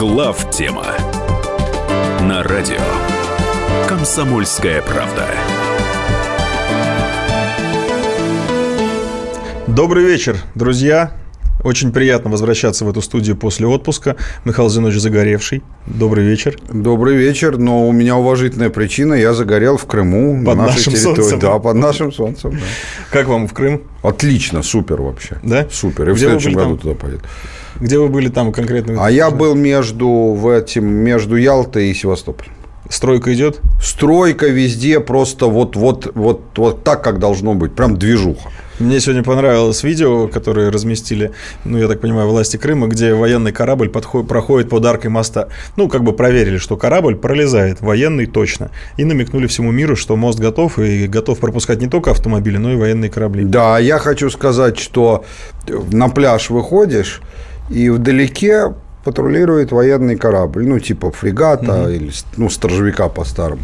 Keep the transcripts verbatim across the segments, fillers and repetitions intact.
Глав тема на радио «Комсомольская правда». Добрый вечер, друзья. Очень приятно возвращаться в эту студию после отпуска. Михаил Зинович Загоревший. Добрый вечер. Добрый вечер, но у меня уважительная причина. Я загорел в Крыму. Под на нашим территории. Солнцем. Да, под нашим солнцем. Да. Как вам в Крым? Отлично, супер вообще. Да? Супер. И в следующем году туда поеду. Где вы были там конкретно? А я был между, в этим, между Ялтой и Севастополем. Стройка идет? Стройка везде просто вот, вот, вот, вот так, как должно быть. Прям движуха. Мне сегодня понравилось видео, которое разместили, ну, я так понимаю, власти Крыма, где военный корабль подходит, проходит под аркой моста. Ну, как бы проверили, что корабль пролезает, военный точно. И намекнули всему миру, что мост готов, и готов пропускать не только автомобили, но и военные корабли. Да, я хочу сказать, что на пляж выходишь, и вдалеке патрулирует военный корабль, ну, типа фрегата угу. или, ну, сторожевика по-старому.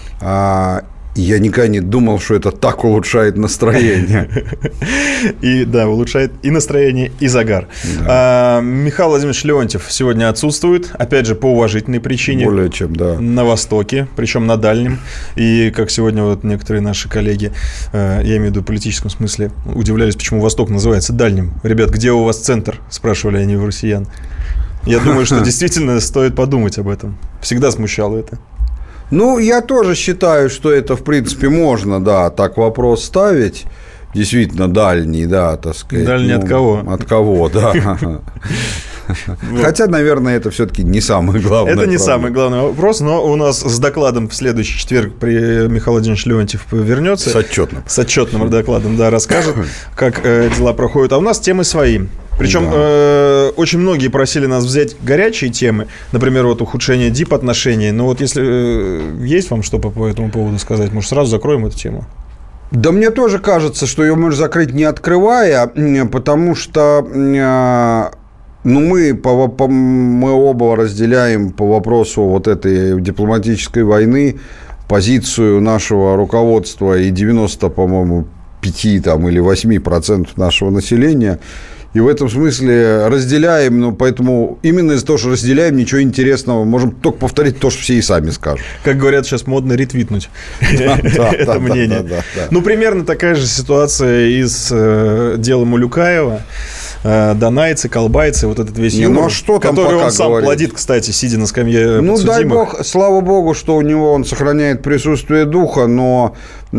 Я никогда не думал, что это так улучшает настроение. И да, улучшает и настроение, и загар. Да. А, Михаил Владимирович Леонтьев сегодня отсутствует, опять же, по уважительной причине. Более чем, да. На Востоке, причем на Дальнем. И как сегодня вот некоторые наши коллеги, я имею в виду в политическом смысле, удивлялись, почему Восток называется Дальним. Ребят, где у вас центр? Спрашивали они у россиян. Я думаю, что действительно стоит подумать об этом. Всегда смущало это. Ну, я тоже считаю, что это, в принципе, можно, да, так вопрос ставить. Действительно, дальний, да, так сказать. Дальний ну, от кого? От кого, да. Хотя, наверное, это все-таки не самый главный вопрос. Это не самый главный вопрос, но у нас с докладом в следующий четверг при Михаил Владимирович Леонтьев вернется. С отчетным. С отчетным докладом, да, расскажет, как э, дела проходят. А у нас темы свои. Причем да. э, очень многие просили нас взять горячие темы, например, вот ухудшение дипотношений. Но вот если э, есть вам что по этому поводу сказать, может, сразу закроем эту тему? Да мне тоже кажется, что ее можно закрыть не открывая, потому что э, ну, мы, по, по, мы оба разделяем по вопросу вот этой дипломатической войны позицию нашего руководства и девяносто, по-моему, пять там, или восемь процентов нашего населения. И в этом смысле разделяем, но поэтому именно из-за того, что разделяем, ничего интересного. Можем только повторить то, что все и сами скажут. Как говорят, сейчас модно ретвитнуть это мнение. Ну, примерно такая же ситуация и с делом Улюкаева. Донайцы, колбайцы, вот этот весь юмор, ну, что там который пока он сам говорит? Плодит, кстати, сидя на скамье ну, подсудимых. Дай бог, слава богу, что у него он сохраняет присутствие духа, но э,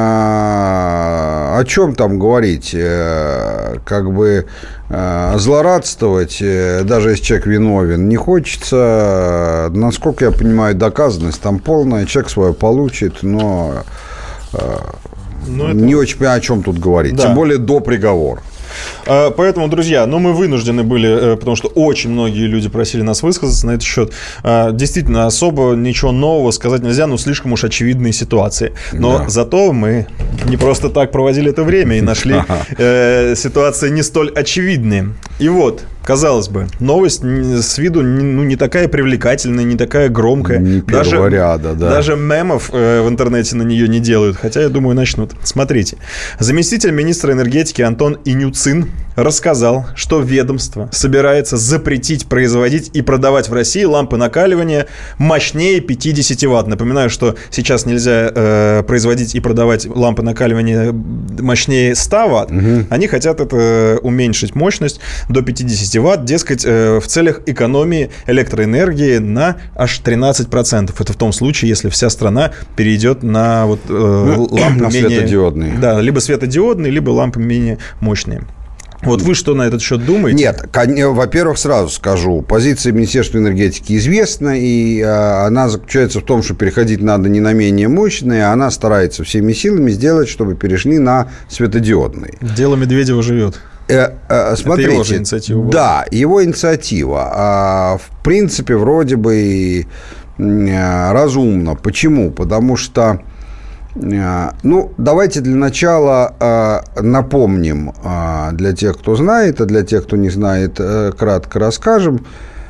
о чем там говорить? Э, как бы э, злорадствовать, э, даже если человек виновен, не хочется. Насколько я понимаю, доказанность там полная, человек свое получит, но, э, но это... не очень понимаю, о чем тут говорить, да. Тем более до приговора. Поэтому, друзья, ну, мы вынуждены были, потому что очень многие люди просили нас высказаться на этот счет. Действительно, особо ничего нового сказать нельзя, но слишком уж очевидные ситуации. Но да. Зато мы не просто так проводили это время и нашли э, ситуации не столь очевидные. И вот, казалось бы, новость с виду ну, не такая привлекательная, не такая громкая. Не даже, ряда, да. Даже мемов э, в интернете на нее не делают, хотя, я думаю, начнут. Смотрите. Заместитель министра энергетики Антон Инюцин рассказал, что ведомство собирается запретить производить и продавать в России лампы накаливания мощнее пятьдесят ватт. Напоминаю, что сейчас нельзя э, производить и продавать лампы накаливания мощнее ста ватт. Угу. Они хотят это уменьшить мощность до пятьдесят ватт, дескать, э, в целях экономии электроэнергии на аж тринадцать процентов. Это в том случае, если вся страна перейдет на вот, э, ну, лампы на менее... светодиодные. Да, либо светодиодные, либо лампы менее мощные. Вот вы что на этот счет думаете? Нет, во-первых, сразу скажу, позиция Министерства энергетики известна, и она заключается в том, что переходить надо не на менее мощные, а она старается всеми силами сделать, чтобы перешли на светодиодные. Дело Медведева живет. Э, э, смотрите, это его же инициатива. Да, его инициатива. А, в принципе, вроде бы разумно. Почему? Потому что ну, давайте для начала э, напомним э, для тех, кто знает, а для тех, кто не знает, э, кратко расскажем.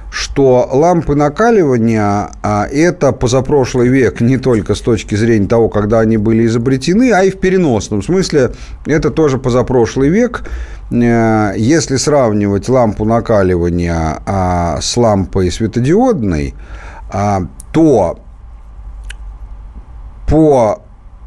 что лампы накаливания а, – это позапрошлый век не только с точки зрения того, когда они были изобретены, а и в переносном смысле это тоже позапрошлый век. Если сравнивать лампу накаливания а, с лампой светодиодной, а, то по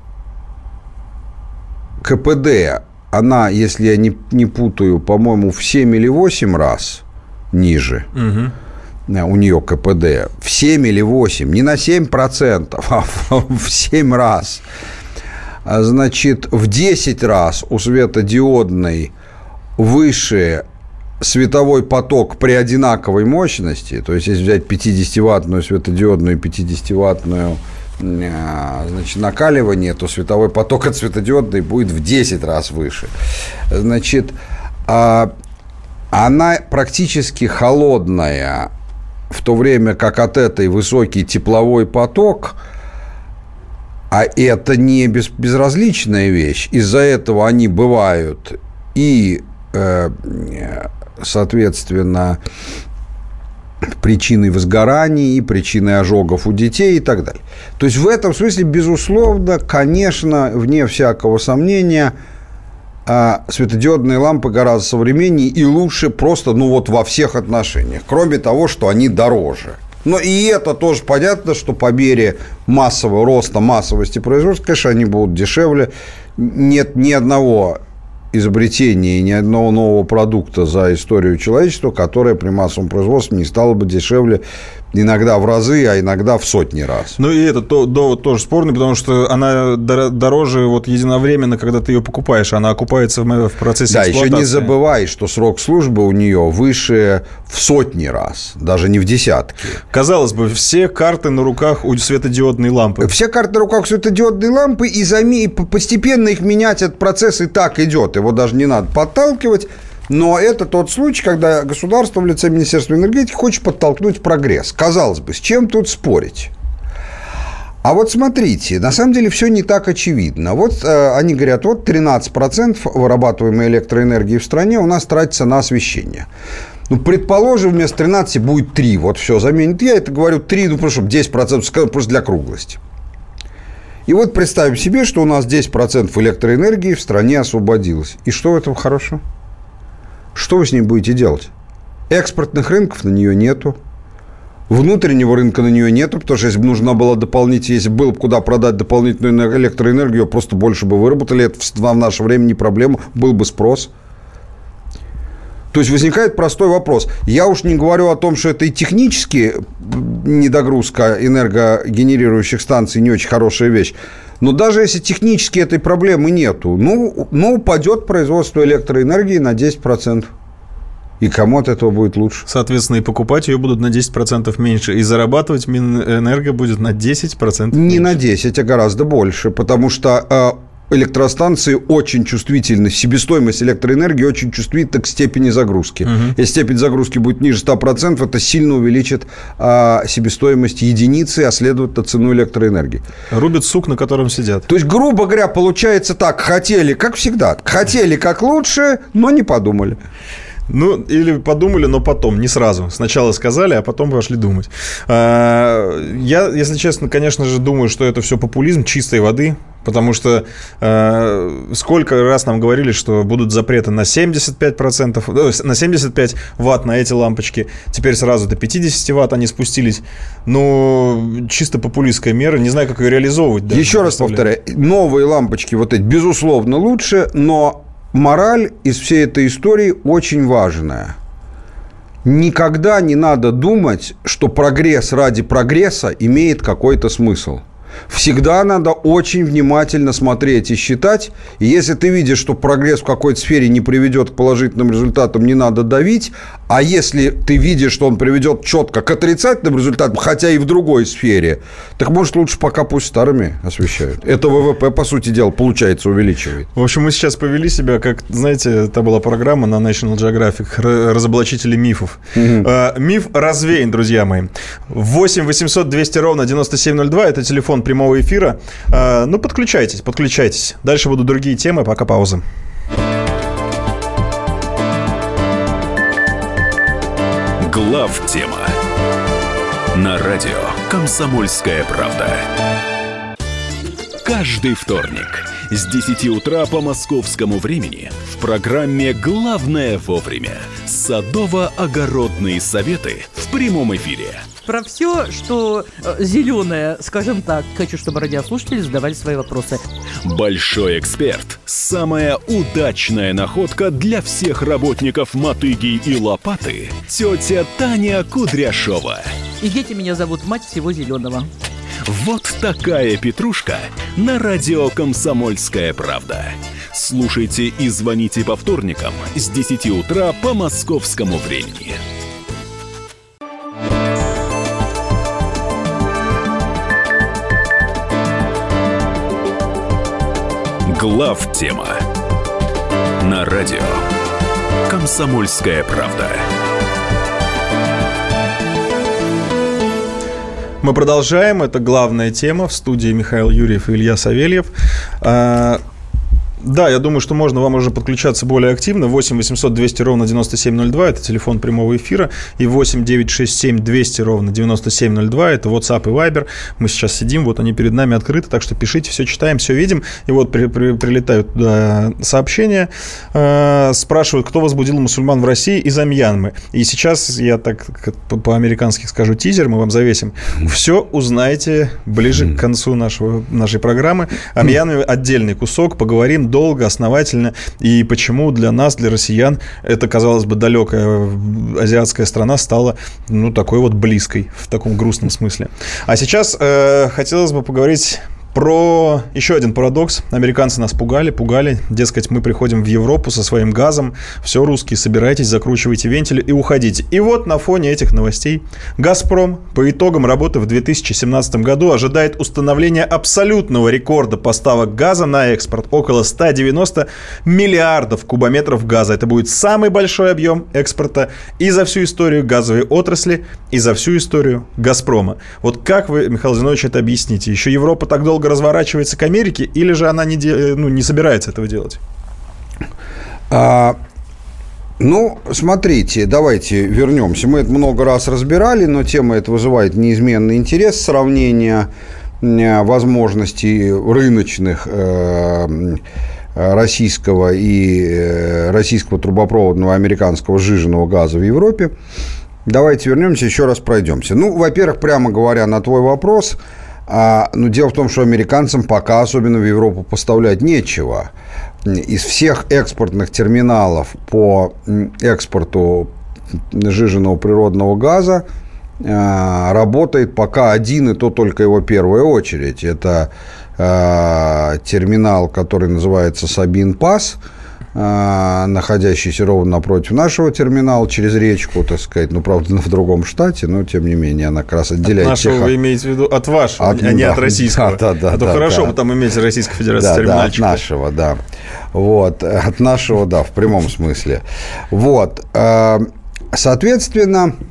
КПД она, если я не, не путаю, по-моему, в семь или восемь раз ниже. Угу. У нее КПД в семь или восемь, не на семь процентов, а в семь раз. Значит, в десять раз у светодиодной выше световой поток при одинаковой мощности. То есть, если взять пятидесятиваттную светодиодную и пятидесятиваттную, значит, накаливание, то световой поток от светодиодной будет в десять раз выше. Значит, она практически холодная, в то время как от этой высокий тепловой поток, а это не без, безразличная вещь. Из-за этого они бывают и, э, соответственно, причиной возгораний, и причиной ожогов у детей и так далее. То есть, в этом смысле, безусловно, конечно, вне всякого сомнения, светодиодные лампы гораздо современнее и лучше просто, ну, вот во всех отношениях. Кроме того, что они дороже. Но и это тоже понятно, что по мере массового роста, массовости производства, конечно, они будут дешевле. Нет ни одного изобретения и ни одного нового продукта за историю человечества, которое при массовом производстве не стало бы дешевле иногда в разы, а иногда в сотни раз. Ну, и это то, довод тоже спорный, потому что она дороже вот единовременно, когда ты ее покупаешь, она окупается в процессе да, эксплуатации. Да, еще не забывай, что срок службы у нее выше в сотни раз, даже не в десятки. Казалось бы, все карты на руках у светодиодной лампы. Все карты на руках у светодиодной лампы, и, зами... и постепенно их менять, этот процесс и так идет, его даже не надо подталкивать. Но это тот случай, когда государство в лице Министерства энергетики хочет подтолкнуть прогресс. Казалось бы, с чем тут спорить? А вот смотрите, на самом деле все не так очевидно. Вот э, они говорят, вот тринадцать процентов вырабатываемой электроэнергии в стране у нас тратится на освещение. Ну, предположим, вместо тринадцати будет три. Вот все заменит. Я это говорю три, ну, просто чтобы десять процентов сказать, просто для круглости. И вот представим себе, что у нас десять процентов электроэнергии в стране освободилось. И что в этом хорошего? Что вы с ней будете делать? Экспортных рынков на нее нету. Внутреннего рынка на нее нету, потому что если бы нужна была дополнительная, если бы было куда продать дополнительную электроэнергию, просто больше бы выработали. Это в наше время не проблема, был бы спрос. То есть возникает простой вопрос. Я уж не говорю о том, что это и технически недогрузка энергогенерирующих станций не очень хорошая вещь. Но даже если технически этой проблемы нету, ну, ну упадет производство электроэнергии на десять процентов. И кому от этого будет лучше? Соответственно, и покупать ее будут на десять процентов меньше. И зарабатывать Минэнерго будет на десять процентов меньше. Не на десять, а гораздо больше. Потому что электростанции очень чувствительны. Себестоимость электроэнергии очень чувствительна к степени загрузки. Угу. Если степень загрузки будет ниже ста процентов, это сильно увеличит а, себестоимость единицы, а следовательно цену электроэнергии. Рубят сук, на котором сидят. То есть, грубо говоря, получается так. Хотели, как всегда, хотели как лучше, но не подумали. Ну, или подумали, но потом, не сразу. Сначала сказали, а потом пошли думать. Я, если честно, конечно же, думаю, что это все популизм чистой воды, потому что сколько раз нам говорили, что будут запреты на семьдесят пять процентов, на семьдесят пять ватт на эти лампочки, теперь сразу до пятьдесят ватт они спустились. Ну, чисто популистская мера, не знаю, как ее реализовывать. Даже еще раз повторяю, новые лампочки вот эти, безусловно, лучше, но... Мораль из всей этой истории очень важная. Никогда не надо думать, что прогресс ради прогресса имеет какой-то смысл. Всегда надо очень внимательно смотреть и считать. И если ты видишь, что прогресс в какой-то сфере не приведет к положительным результатам, не надо давить. А если ты видишь, что он приведет четко к отрицательным результатам, хотя и в другой сфере, так, может, лучше пока пусть старыми освещают. Это ВВП, по сути дела, получается, увеличивает. В общем, мы сейчас повели себя, как, знаете, это была программа на National Geographic «Разоблачители мифов». Угу. А, миф развеян, друзья мои. восемь восемьсот двести ровно девяносто семь ноль два – это телефон прямого эфира. А, ну, подключайтесь, подключайтесь. Дальше будут другие темы, пока пауза. Главтема На радио «Комсомольская правда». Каждый вторник с десяти утра по московскому времени в программе «Главное вовремя» садово-огородные советы в прямом эфире. Про все, что э, зеленое, скажем так. Хочу, чтобы радиослушатели задавали свои вопросы. Большой эксперт. Самая удачная находка для всех работников мотыги и лопаты. Тетя Таня Кудряшова. И дети меня зовут мать всего зеленого. Вот такая петрушка на радио «Комсомольская правда». Слушайте и звоните по вторникам с десяти утра по московскому времени. Главтема на радио «Комсомольская правда». Мы продолжаем. Это главная тема. В студии Михаил Юрьев и Илья Савельев. Да, я думаю, что можно вам уже подключаться более активно. восемь восемьсот двести ровно девяносто семь ноль два – это телефон прямого эфира. И восемь девятьсот шестьдесят семь двести ровно девяносто семь ноль два – это WhatsApp и Viber. Мы сейчас сидим, вот они перед нами открыты, так что пишите, все читаем, все видим. И вот при, при, прилетают туда сообщения, э, спрашивают, кто возбудил мусульман в России из-за Мьянмы. И сейчас я так по-американски скажу тизер, мы вам завесим. Все узнаете ближе к концу нашего, нашей программы. О Мьянме отдельный кусок, поговорим долго, основательно, и почему для нас, для россиян, эта, казалось бы, далекая азиатская страна стала, ну, такой вот близкой, в таком грустном смысле. А сейчас э, хотелось бы поговорить про еще один парадокс. Американцы нас пугали, пугали. Дескать, мы приходим в Европу со своим газом. Все, русские, собирайтесь, закручивайте вентили и уходите. И вот на фоне этих новостей «Газпром» по итогам работы в две тысячи семнадцатом году ожидает установления абсолютного рекорда поставок газа на экспорт. Около сто девяносто миллиардов кубометров газа. Это будет самый большой объем экспорта и за всю историю газовой отрасли, и за всю историю «Газпрома». Вот как вы, Михаил Зинович, это объясните? Еще Европа так долго разворачивается к Америке, или же она не, де... ну, не собирается этого делать? А, ну, смотрите, давайте вернемся. Мы это много раз разбирали, но тема эта вызывает неизменный интерес. Сравнение возможностей рыночных э, российского и российского трубопроводного американского сжиженного газа в Европе. Давайте вернемся, еще раз пройдемся. Ну, во-первых, прямо говоря на твой вопрос, А, ну, дело в том, что американцам пока, особенно в Европу, поставлять нечего. Из всех экспортных терминалов по экспорту сжиженного природного газа а, работает пока один, и то только его первая очередь. Это а, терминал, который называется Сабин-Пас, находящийся ровно напротив нашего терминала, через речку, так сказать, ну, правда, в другом штате, но, тем не менее, она как раз отделяет... От нашего тех... вы имеете в виду от вашего, от, а не да, от российского. Да, да, да, а то да, хорошо, да. вы там имеете Российская Федерация да, терминальчика. Да, от нашего, да. Вот, от нашего, да, в прямом смысле. Вот, соответственно,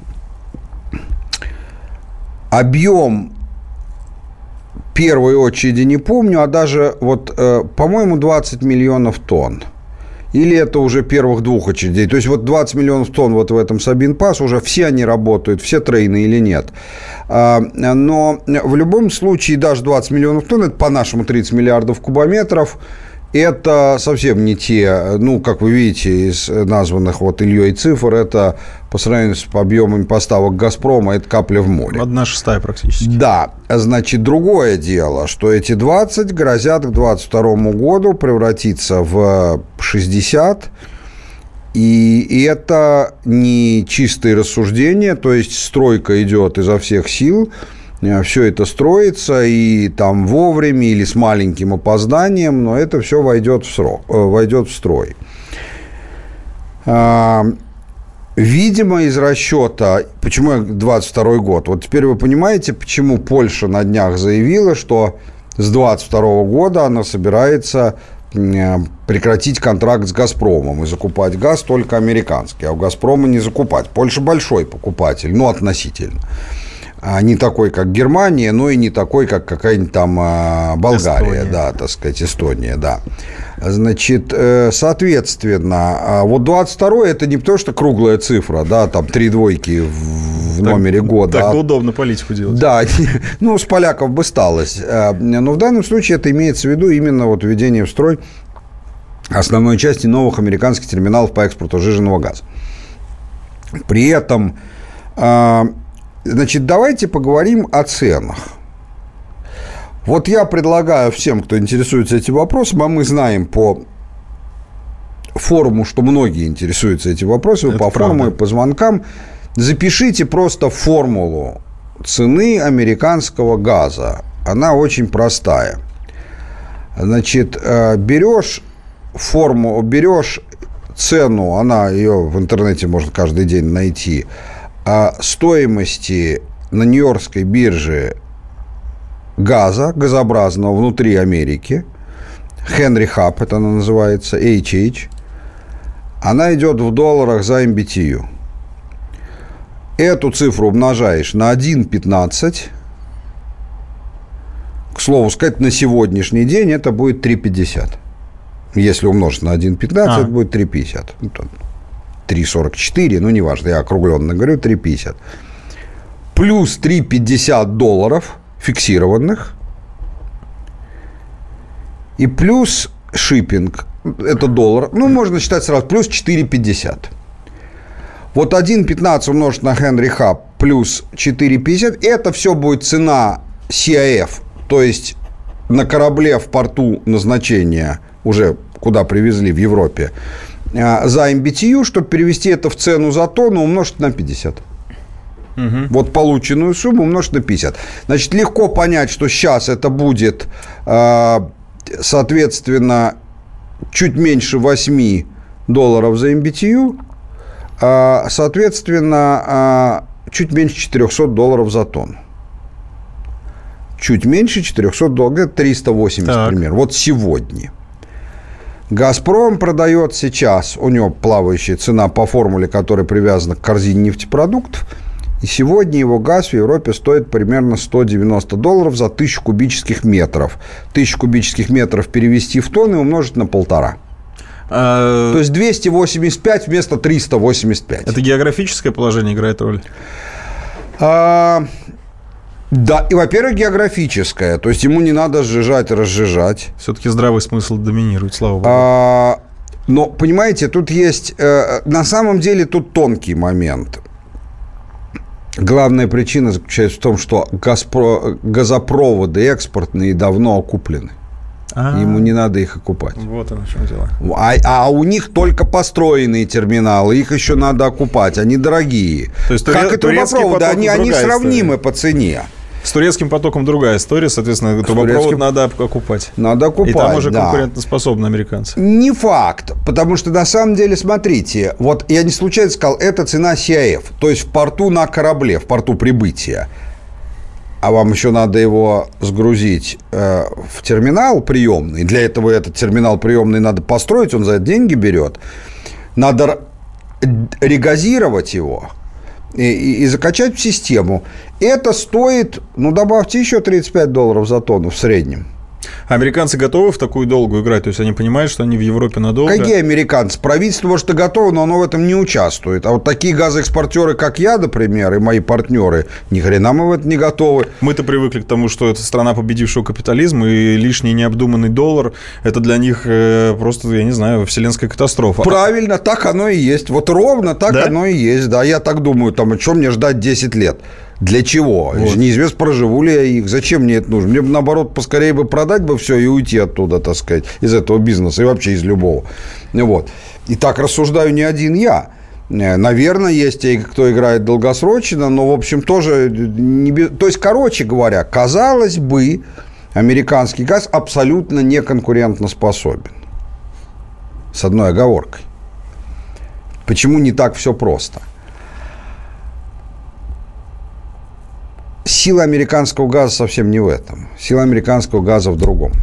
объем в первой очереди не помню, а даже, вот, по-моему, двадцать миллионов тонн. Или это уже первых двух очередей. То есть, вот двадцать миллионов тонн вот в этом Сабин-Пас, уже все они работают, все трейны или нет. Но в любом случае, даже двадцать миллионов тонн, это по-нашему тридцать миллиардов кубометров, это совсем не те, ну, как вы видите, из названных вот Ильей цифр, это по сравнению с объемами поставок «Газпрома», это капля в море. Одна шестая практически. Да, значит, другое дело, что эти двадцать грозят к двадцать второму году превратиться в шестьдесят, и, и это не чистые рассуждения, то есть стройка идет изо всех сил, все это строится, и там вовремя или с маленьким опозданием, но это все войдет в, срок, войдет в строй. Видимо, из расчета, почему двадцать второй год, вот теперь вы понимаете, почему Польша на днях заявила, что с двадцать второго года она собирается прекратить контракт с «Газпромом» и закупать газ только американский, а у «Газпрома» не закупать. Польша большой покупатель, ну, относительно. Не такой, как Германия, но и не такой, как какая-нибудь там Болгария, Эстония. Да, так сказать, Эстония, да. Значит, соответственно, вот двадцать второй это не потому, что круглая цифра, да, там три двойки в номере года. Так удобно политику делать. Да, ну, с поляков бы сталось. Но в данном случае это имеется в виду именно вот введение в строй основной части новых американских терминалов по экспорту сжиженного газа. При этом, значит, давайте поговорим о ценах. Вот я предлагаю всем, кто интересуется этим вопросом, а мы знаем по форуму, что многие интересуются этим вопросом, это по правда. Форуму и по звонкам, запишите просто формулу цены американского газа. Она очень простая. Значит, берешь форму, берешь цену, она ее в интернете можно каждый день найти, стоимости на Нью-Йоркской бирже газа, газообразного внутри Америки, Henry Hub, это она называется, эйч эйч, она идет в долларах за эм би ти ю. Эту цифру умножаешь на один целых пятнадцать. К слову сказать, на сегодняшний день это будет три пятьдесят. Если умножить на один целых пятнадцать, а. это будет три пятьдесят. три сорок четыре, ну, неважно, я округленно говорю, три пятьдесят. Плюс три пятьдесят долларов фиксированных. И плюс шиппинг, это доллар, ну, можно считать сразу, плюс четыре пятьдесят. Вот один целых пятнадцать умножить на Henry Hub плюс четыре пятьдесят, это все будет цена си ай эф, то есть на корабле в порту назначения, уже куда привезли в Европе, за эм би ти ю, чтобы перевести это в цену за тонну, умножить на пятьдесят. Угу. Вот полученную сумму умножить на пятьдесят. Значит, легко понять, что сейчас это будет, соответственно, чуть меньше восемь долларов за эм би ти ю, соответственно, чуть меньше четыреста долларов за тонну. Чуть меньше четыреста долларов, где-то триста восемьдесят, примерно. Вот сегодня. «Газпром» продает сейчас, у него плавающая цена по формуле, которая привязана к корзине нефтепродуктов, и сегодня его газ в Европе стоит примерно сто девяносто долларов за тысячу кубических метров. Тысячу кубических метров перевести в тонны и умножить на полтора. А... То есть двести восемьдесят пять вместо триста восемьдесят пять. Это географическое положение играет роль? А... Да, и, во-первых, географическое. То есть ему не надо сжижать, разжижать. Все-таки здравый смысл доминирует, слава богу. А... Но, понимаете, тут есть... На самом деле тут тонкий момент. Главная причина заключается в том, что газпро... газопроводы экспортные давно окуплены. А-а-а. Ему не надо их окупать. Вот оно в чем дело. А, а у них только построенные терминалы, их еще надо окупать, они дорогие. То есть как и трубопроводы, они, они сравнимы история. По цене. С турецким потоком другая история, соответственно, трубопровод турецким... надо окупать. Надо окупать, и там уже да. конкурентоспособны американцы. Не факт, потому что на самом деле, смотрите, вот я не случайно сказал, это цена си ай эф, то есть в порту на корабле, в порту прибытия. А вам еще надо его сгрузить э, в терминал приемный. Для этого этот терминал приемный надо построить, он за это деньги берет. Надо регазировать его и, и, и закачать в систему. Это стоит, ну, добавьте еще тридцать пять долларов за тонну в среднем. Американцы готовы в такую долгую играть? То есть они понимают, что они в Европе надолго? Какие американцы? Правительство, может, и готово, но оно в этом не участвует. А вот такие газоэкспортеры, как я, например, и мои партнеры, ни хрена мы в это не готовы. Мы-то привыкли к тому, что это страна победившего капитализма, и лишний необдуманный доллар – это для них просто, я не знаю, вселенская катастрофа. Правильно, так оно и есть. Вот ровно так да? оно и есть. Да, я так думаю, там, о чем мне ждать десять лет? Для чего? Вот. Неизвестно, проживу ли я их. Зачем мне это нужно? Мне бы, наоборот, поскорее бы продать бы все и уйти оттуда, так сказать, из этого бизнеса и вообще из любого. Вот. И так рассуждаю не один я. Наверное, есть те, кто играет долгосрочно, но, в общем, тоже... Не без... То есть, короче говоря, казалось бы, американский газ абсолютно неконкурентоспособен. С одной оговоркой. Почему не так все просто? Сила американского газа совсем не в этом. Сила американского газа в другом.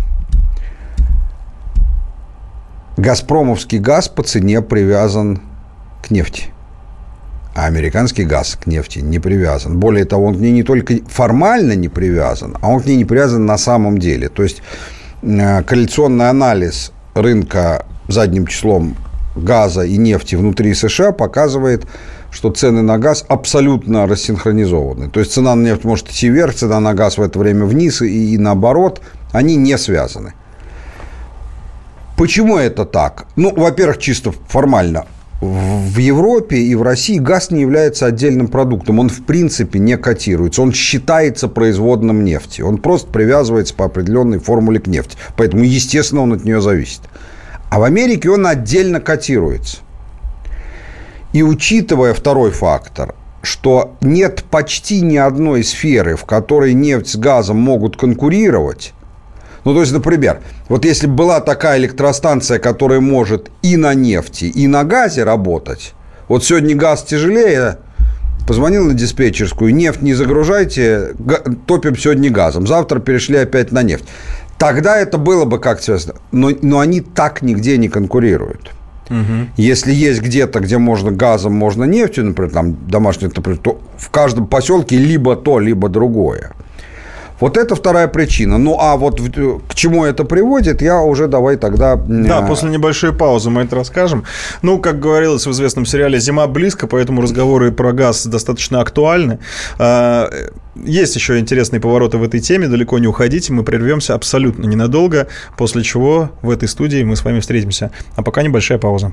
Газпромовский газ по цене привязан к нефти. А американский газ к нефти не привязан. Более того, он к ней не только формально не привязан, а он к ней не привязан на самом деле. То есть корреляционный анализ рынка задним числом газа и нефти внутри США показывает что цены на газ абсолютно рассинхронизованы. То есть цена на нефть может идти вверх, цена на газ в это время вниз, и, и наоборот, они не связаны. Почему это так? Ну, во-первых, чисто формально. В Европе и в России газ не является отдельным продуктом. Он, в принципе, не котируется. Он считается производным нефти. Он просто привязывается по определенной формуле к нефти. Поэтому, естественно, он от нее зависит. А в Америке он отдельно котируется. И учитывая второй фактор, что нет почти ни одной сферы, в которой нефть с газом могут конкурировать. Ну, то есть, например, вот если бы была такая электростанция, которая может и на нефти, и на газе работать, вот сегодня газ тяжелее, позвонил на диспетчерскую, нефть не загружайте, топим сегодня газом, завтра перешли опять на нефть. Тогда это было бы как-то связано, но, но они так нигде не конкурируют. Угу. Если есть где-то, где можно газом, можно нефтью, например, там домашний, например, то в каждом поселке либо то, либо другое. Вот это вторая причина. Ну, а вот к чему это приводит, я уже давай тогда... Да, после небольшой паузы мы это расскажем. Ну, как говорилось в известном сериале, зима близко, поэтому разговоры про газ достаточно актуальны. Есть еще интересные повороты в этой теме, далеко не уходите, мы прервемся абсолютно ненадолго, после чего в этой студии мы с вами встретимся. А пока небольшая пауза.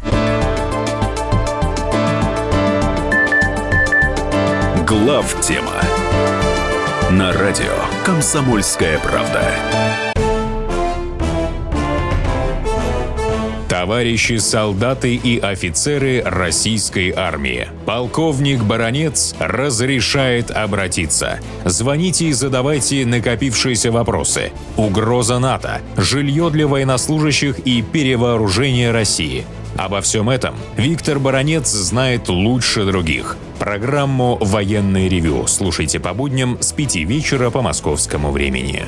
Главтема на радио «Комсомольская правда». Товарищи солдаты и офицеры российской армии. Полковник Баранец разрешает обратиться. Звоните и задавайте накопившиеся вопросы. Угроза НАТО, жилье для военнослужащих и перевооружение России. Обо всем этом Виктор Баранец знает лучше других. Программу «Военный ревю» слушайте по будням с пяти вечера по московскому времени.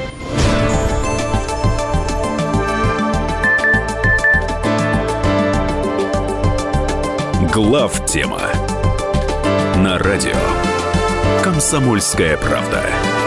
Главтема на радио «Комсомольская правда».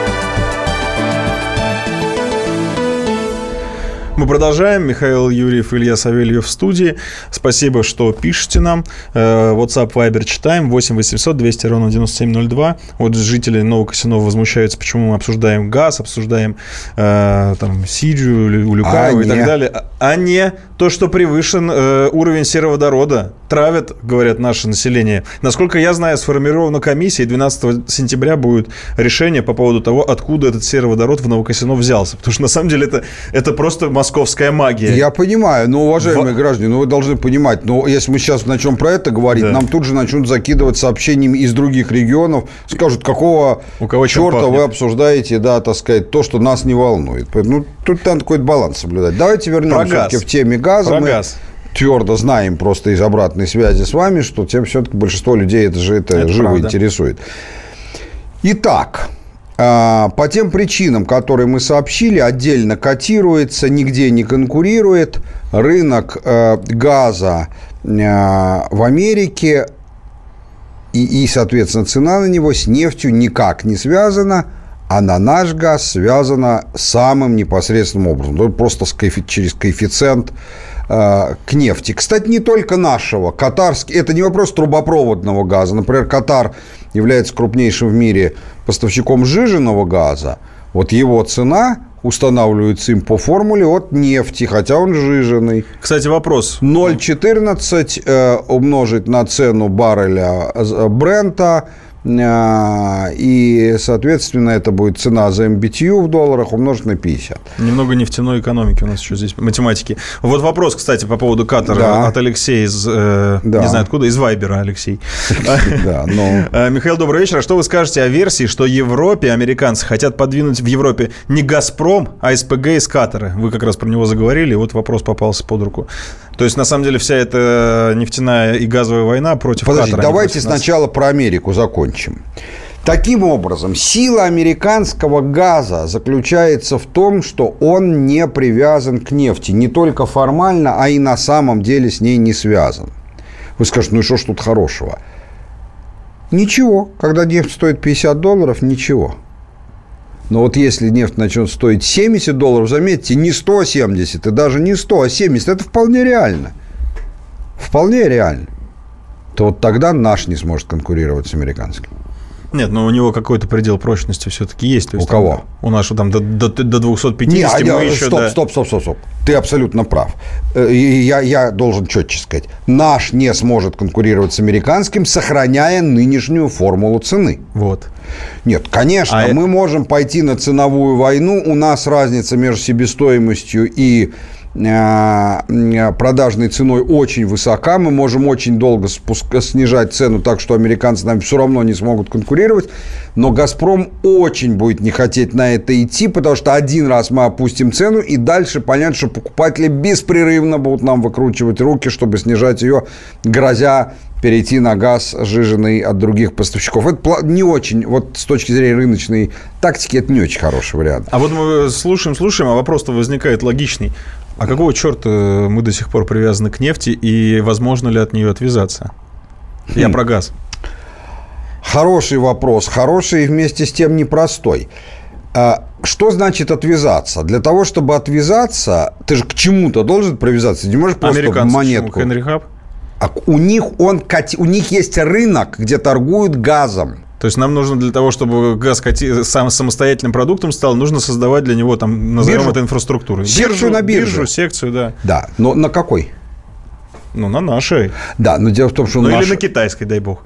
Мы продолжаем. Михаил Юрьев, Илья Савельев в студии. Спасибо, что пишете нам. WhatsApp, Viber читаем. восемь восемьсот двести ровно девяносто семь ноль два. Вот жители Новокосинова возмущаются, почему мы обсуждаем газ, обсуждаем э, там, Сиджу, Улюкаева а и не. так далее. А не то, что превышен э, уровень сероводорода. Травят, говорят, наше население. Насколько я знаю, сформирована комиссия, и двенадцатого сентября будет решение по поводу того, откуда этот сероводород в Новокосиново взялся. Потому что, на самом деле, это, это просто московская магия. Я понимаю, но, уважаемые в... граждане, ну, вы должны понимать, но если мы сейчас начнем про это говорить, да. нам тут же начнут закидывать сообщениями из других регионов, скажут, какого У кого черта вы обсуждаете, да, так сказать, то, что нас не волнует. Ну, тут надо какой-то баланс соблюдать. Давайте вернемся все-таки в теме газа. Про мы... газ. Твердо знаем просто из обратной связи с вами, что тем все-таки большинство людей это же это, это живо правда. интересует. Итак, по тем причинам, которые мы сообщили, отдельно котируется, нигде не конкурирует рынок газа в Америке и, и, соответственно, цена на него с нефтью никак не связана, а на наш газ связана самым непосредственным образом, просто через коэффициент к нефти. Кстати, не только нашего. Катарский, это не вопрос трубопроводного газа. Например, Катар является крупнейшим в мире поставщиком сжиженного газа. Вот его цена устанавливается им по формуле от нефти, хотя он сжиженный. Кстати, вопрос. ноль целых четырнадцать э, умножить на цену барреля Брента, и, соответственно, это будет цена за эм би ти ю в долларах умножить на пятьдесят. Немного нефтяной экономики у нас еще здесь, математики. Вот вопрос, кстати, по поводу Катара да. от Алексея из, э, да. не знаю откуда, из Вайбера, Алексей. Да, но... Михаил, добрый вечер. А что вы скажете о версии, что Европе, американцы хотят подвинуть в Европе не «Газпром», а эс пэ гэ из Катара? Вы как раз про него заговорили, и вот вопрос попался под руку. То есть, на самом деле, вся эта нефтяная и газовая война против Подожди, Катара. Давайте сначала нас... про Америку закончим. Таким образом, сила американского газа заключается в том, что он не привязан к нефти. Не только формально, а и на самом деле с ней не связан. Вы скажете, ну и что ж тут хорошего? Ничего. Когда нефть стоит пятьдесят долларов, ничего. Но вот если нефть начнет стоить семьдесят долларов, заметьте, не сто семьдесят, и даже не сто, а семьдесят, это вполне реально. Вполне реально. то вот тогда наш не сможет конкурировать с американским. Нет, но у него какой-то предел прочности все-таки есть. То есть у кого? Там, у нас там до, до, до двухсот пятидесяти не, мы я, еще... Стоп, до... стоп, стоп, стоп, стоп. Ты абсолютно прав. Я, я должен четче сказать. Наш не сможет конкурировать с американским, сохраняя нынешнюю формулу цены. Вот. Нет, конечно, а мы это... можем пойти на ценовую войну. У нас разница между себестоимостью и продажной ценой очень высока. Мы можем очень долго спуска, снижать цену так, что американцы нам все равно не смогут конкурировать. Но «Газпром» очень будет не хотеть на это идти, потому что один раз мы опустим цену, и дальше понятно, что покупатели беспрерывно будут нам выкручивать руки, чтобы снижать ее, грозя перейти на газ, сжиженный от других поставщиков. Это не очень, вот с точки зрения рыночной тактики, это не очень хороший вариант. А вот мы слушаем, слушаем, а вопрос-то возникает логичный. А какого черта мы до сих пор привязаны к нефти, и возможно ли от нее отвязаться? Я про газ. Хороший вопрос. Хороший и вместе с тем непростой. Что значит отвязаться? Для того, чтобы отвязаться, ты же к чему-то должен привязаться. Не можешь просто монетку. Хенри Хаб? А у них, он, у них есть рынок, где торгуют газом. То есть нам нужно для того, чтобы газ сам самостоятельным продуктом стал, нужно создавать для него, там, назовем биржу, это инфраструктурой. Секцию биржу, на бирже. Биржу, секцию, да. Да, но на какой? Ну, на нашей. Да, но дело в том, что... Ну, наш... или на китайской, дай бог.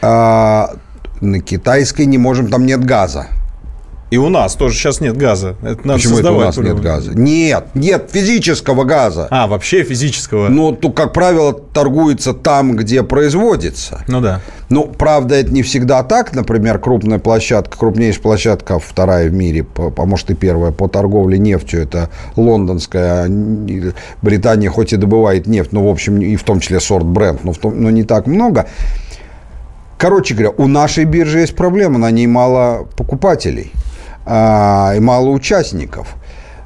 А, на китайской не можем, там нет газа. И у нас тоже сейчас нет газа. Это надо Почему создавать. Это у нас нет газа? Нет, нет физического газа. А, вообще физического. Ну, то, как правило, торгуется там, где производится. Ну, да. Ну, правда, это не всегда так. Например, крупная площадка, крупнейшая площадка, вторая в мире, а может и первая, по торговле нефтью, это лондонская. Британия хоть и добывает нефть, но, в общем, и в том числе сорт Brent, но, в том, но не так много. Короче говоря, у нашей биржи есть проблема, на ней мало покупателей. И мало участников.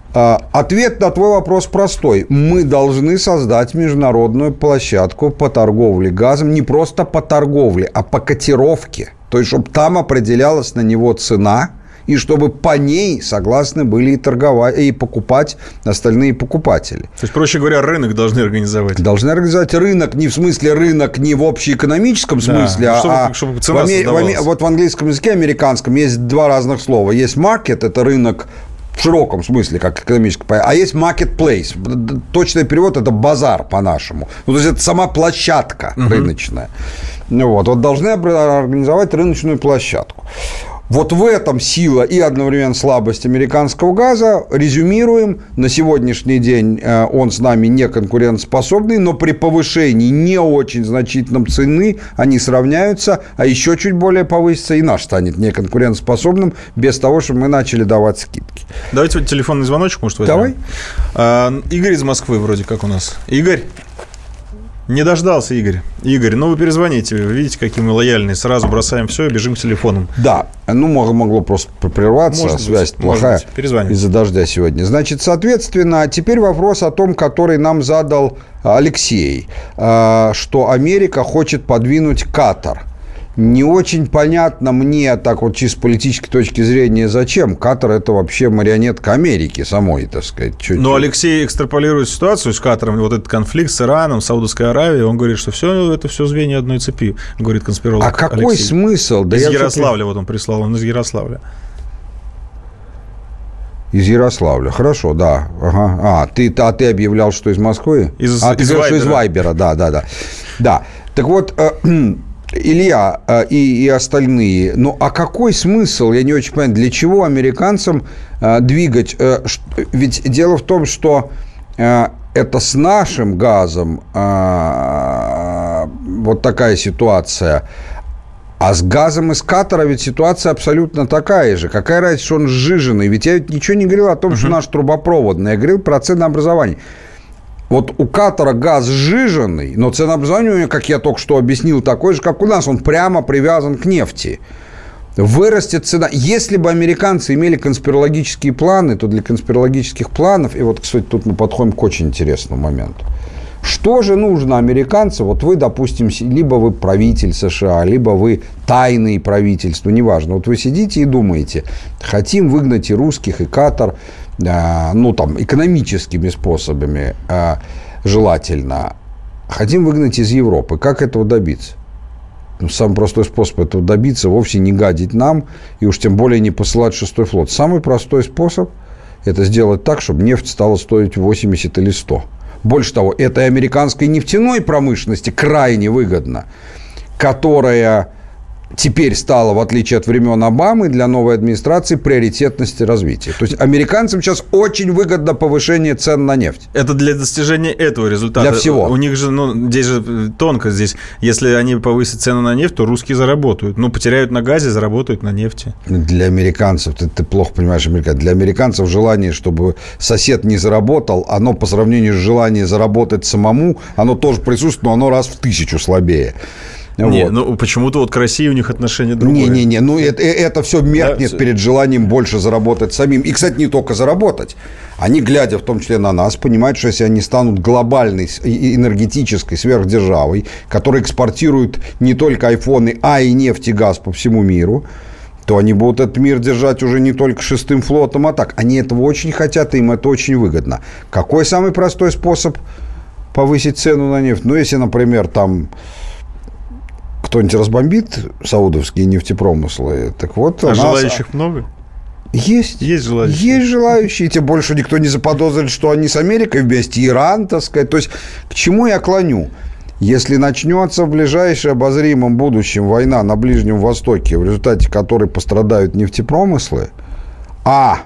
Ответ на твой вопрос простой. Мы должны создать международную площадку по торговле газом. Не просто по торговле, а по котировке. То есть, чтобы там определялась на него цена, и чтобы по ней согласны были и торговать, и покупать остальные покупатели. То есть, проще говоря, рынок должны организовать. Должны организовать рынок не в смысле рынок, не в общеэкономическом смысле, да, чтобы, а чтобы цена в, в, вот в английском языке, американском, есть два разных слова. Есть market, это рынок в широком смысле, как экономический, а есть marketplace. Точный перевод – это базар по-нашему. Ну, то есть, это сама площадка uh-huh. рыночная. Ну, вот, вот должны организовать рыночную площадку. Вот в этом сила и одновременно слабость американского газа. Резюмируем. На сегодняшний день он с нами не конкурентоспособный, но при повышении не очень значительном цены они сравняются, а еще чуть более повысится, и наш станет неконкурентоспособным без того, чтобы мы начали давать скидки. Давайте вот телефонный звоночек, может, возьмем. Давай. А, Игорь из Москвы вроде как у нас. Игорь? Не дождался, Игорь. Игорь, ну вы перезвоните. Вы видите, какие мы лояльные. Сразу бросаем все и бежим к телефону. Да. Ну, могло просто прерваться. Может связь быть, плохая из-за дождя сегодня. Значит, соответственно, теперь вопрос о том, который нам задал Алексей. Что Америка хочет подвинуть Катар. Не очень понятно мне, так вот чисто с политической точки зрения, зачем. Катар – это вообще марионетка Америки самой, так сказать. Чуть-чуть. Но Алексей экстраполирует ситуацию с Катаром, вот этот конфликт с Ираном, Саудовской Аравией. Он говорит, что все это все звенья одной цепи, говорит конспиролог А какой Алексей. смысл? Да из я Ярославля вот он прислал, он из Ярославля. Из Ярославля, хорошо, да. Ага. А, ты, а ты объявлял, что из Москвы? Из, а, ты из говорил, Вайбера. что из Вайбера, да, да, да. Да, так вот... Э, Илья э, и, и остальные, ну а какой смысл, я не очень понимаю, для чего американцам э, двигать? Э, ш, ведь дело в том, что э, это с нашим газом э, вот такая ситуация, а с газом из Катара ведь ситуация абсолютно такая же. Какая разница, что он сжиженный? Ведь я ведь ничего не говорил о том, uh-huh. что наш трубопроводный, я говорил про ценообразование. Вот у Катара газ сжиженный, но ценообразование у него, как я только что объяснил, такое же, как у нас. Он прямо привязан к нефти. Вырастет цена. Если бы американцы имели конспирологические планы, то для конспирологических планов... И вот, кстати, тут мы подходим к очень интересному моменту. Что же нужно американцам? Вот вы, допустим, либо вы правитель США, либо вы тайный правительство, неважно. Вот вы сидите и думаете, хотим выгнать и русских, и Катар... ну, там, экономическими способами желательно. Хотим выгнать из Европы. Как этого добиться? самый простой способ этого добиться вовсе не гадить нам, и уж тем более не посылать шестой флот. Самый простой способ – это сделать так, чтобы нефть стала стоить восемьдесят или сто. Больше того, это и американской нефтяной промышленности крайне выгодно, которая теперь стала, в отличие от времен Обамы, для новой администрации приоритетности развития. То есть американцам сейчас очень выгодно повышение цен на нефть. Это для достижения этого результата. Для всего. У них же, ну, здесь же тонко здесь. Если они повысят цену на нефть, то русские заработают. Ну, потеряют на газе, заработают на нефти. Для американцев, ты, ты плохо понимаешь американцев, для американцев желание, чтобы сосед не заработал, оно по сравнению с желанием заработать самому, оно тоже присутствует, но оно раз в тысячу слабее. Не, вот. ну почему-то вот к России у них отношение другое. Не-не-не, ну это, это все меркнет Да, перед желанием больше заработать самим. И, кстати, не только заработать. Они, глядя в том числе на нас, понимают, что если они станут глобальной энергетической сверхдержавой, которая экспортирует не только айфоны, а и нефть и газ по всему миру, то они будут этот мир держать уже не только шестым флотом, а так. Они этого очень хотят, и им это очень выгодно. Какой самый простой способ повысить цену на нефть? Ну, если, например, там кто-нибудь разбомбит саудовские нефтепромыслы, так вот... А нас... желающих много? Есть. Есть желающие. Есть желающие. Тем больше никто не заподозрит, что они с Америкой вместе. Иран, так сказать. То есть, к чему я клоню? Если начнется в ближайшем обозримом будущем война на Ближнем Востоке, в результате которой пострадают нефтепромыслы, а,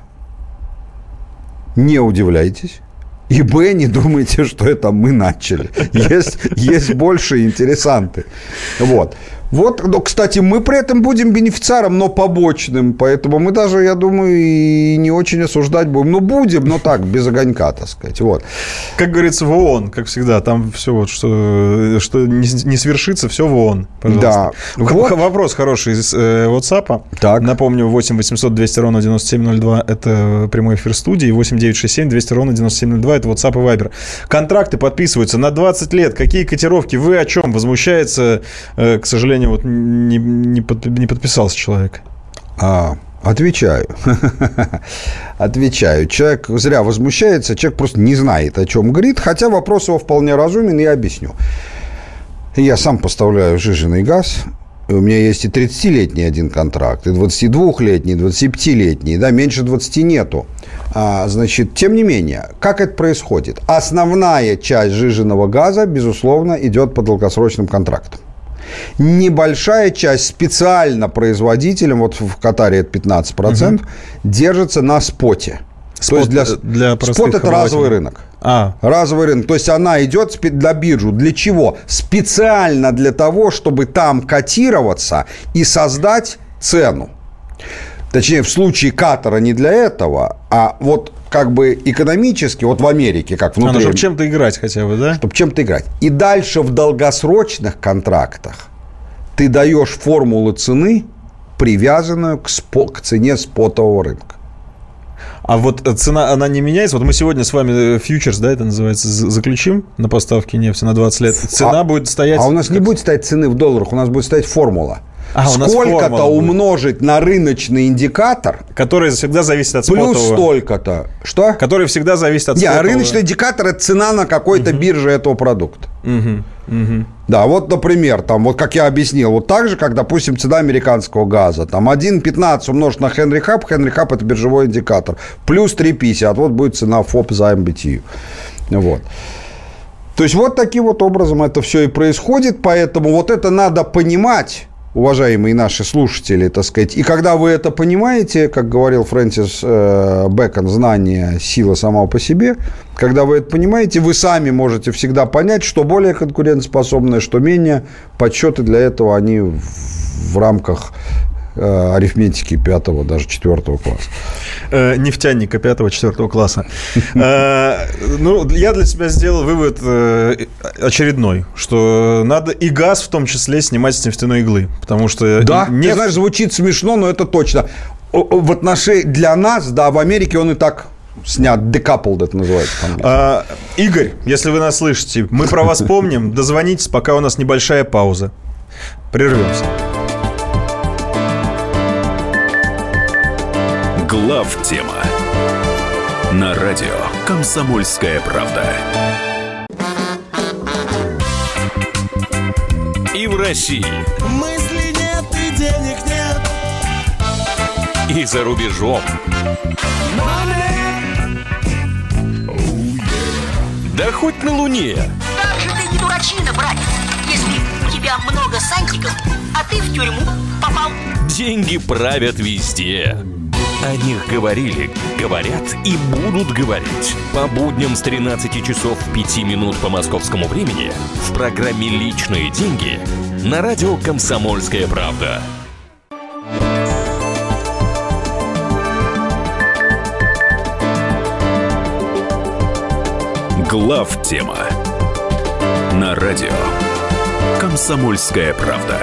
не удивляйтесь, и б, не думайте, что это мы начали. Есть, есть большие интересанты. Вот. Вот, ну, кстати, мы при этом будем бенефициаром, но побочным. Поэтому мы даже, я думаю, и не очень осуждать будем. Ну, будем, но так, без огонька, так сказать. Вот. Как говорится, в ООН, как всегда, там все, вот, что, что не, не свершится, все в ООН, пожалуйста. Да. Х- Вот. Вопрос хороший из э, WhatsApp. Так. Напомню, восемь восемьсот двести ровно девяносто семь ноль два – это прямой эфир студии, восемь девятьсот шестьдесят семь двести ровно девяносто семь ноль два – это WhatsApp и Viber. Контракты подписываются на двадцать лет. Какие котировки? Вы о чем? Возмущается, э, к сожалению, вот не, не, под, не подписался человек. А, отвечаю. Отвечаю. Человек зря возмущается, человек просто не знает, о чем говорит, хотя вопрос его вполне разумен, и я объясню. Я сам поставляю сжиженный газ. У меня есть и тридцатилетний один контракт, и двадцатидвухлетний, и двадцатипятилетний, да, меньше двадцати нету. А, значит, тем не менее, как это происходит? Основная часть сжиженного газа, безусловно, идет по долгосрочным контрактам. Небольшая часть специально производителям, вот в Катаре это пятнадцать процентов, угу. держится на споте. Спот, То есть для, для спот – это разовый рынок. А. Разовый рынок. То есть она идет на биржу. Для чего? Специально для того, чтобы там котироваться и создать цену. Точнее, в случае Катара не для этого, а вот как бы экономически, вот в Америке, как внутри... А, ну, чтобы чем-то играть хотя бы, да? Чтобы чем-то играть. И дальше в долгосрочных контрактах ты даешь формулу цены, привязанную к, спо- к цене спотового рынка. А вот цена, она не меняется? Вот мы сегодня с вами фьючерс, да, это называется, заключим на поставки нефти на двадцать лет. Цена а, будет стоять... А у нас как... не будет стоять цены в долларах, у нас будет стоять формула. А, сколько-то умножить будет. На рыночный индикатор, который всегда зависит от плюс спотового. столько-то. Что? Который всегда зависит от Не, спотового. А рыночный индикатор – это цена на какой-то uh-huh. бирже этого продукта. Uh-huh. Uh-huh. Да, вот, например, там, вот как я объяснил, вот так же, как, допустим, цена американского газа. Там один пятнадцать умножить на Henry Hub, Henry Hub – это биржевой индикатор. Плюс три пятьдесят, вот будет цена ФОП за эм би ти ю. Вот. То есть, вот таким вот образом это все и происходит. Поэтому вот это надо понимать, уважаемые наши слушатели, так сказать. И когда вы это понимаете, как говорил Фрэнсис э, Бэкон, знание – сила сама по себе, когда вы это понимаете, вы сами можете всегда понять, что более конкурентоспособное, что менее. Подсчеты для этого, они в, в рамках э, арифметики пятого, даже четвертого класса. Э, нефтяника пятого-четвертого класса. Ну, я для себя сделал вывод очередной, что надо и газ в том числе снимать с нефтяной иглы, потому что... Да, ты знаешь, звучит смешно, но это точно. В отношении для нас, да, в Америке он и так снят, decoupled это называется. А, Игорь, если вы нас слышите, мы про вас помним, дозвонитесь, пока у нас небольшая пауза. Прервемся. Главтема на радио «Комсомольская правда». И в России. Мысли нет и денег нет. И за рубежом. Да хоть на Луне. Как же ты не дурачина, братец, если у тебя много сантиков, а ты в тюрьму попал. Деньги правят везде. О них говорили, говорят и будут говорить. По будням с тринадцати часов пяти минут по московскому времени в программе «Личные деньги» на радио «Комсомольская правда». Главтема на радио «Комсомольская правда».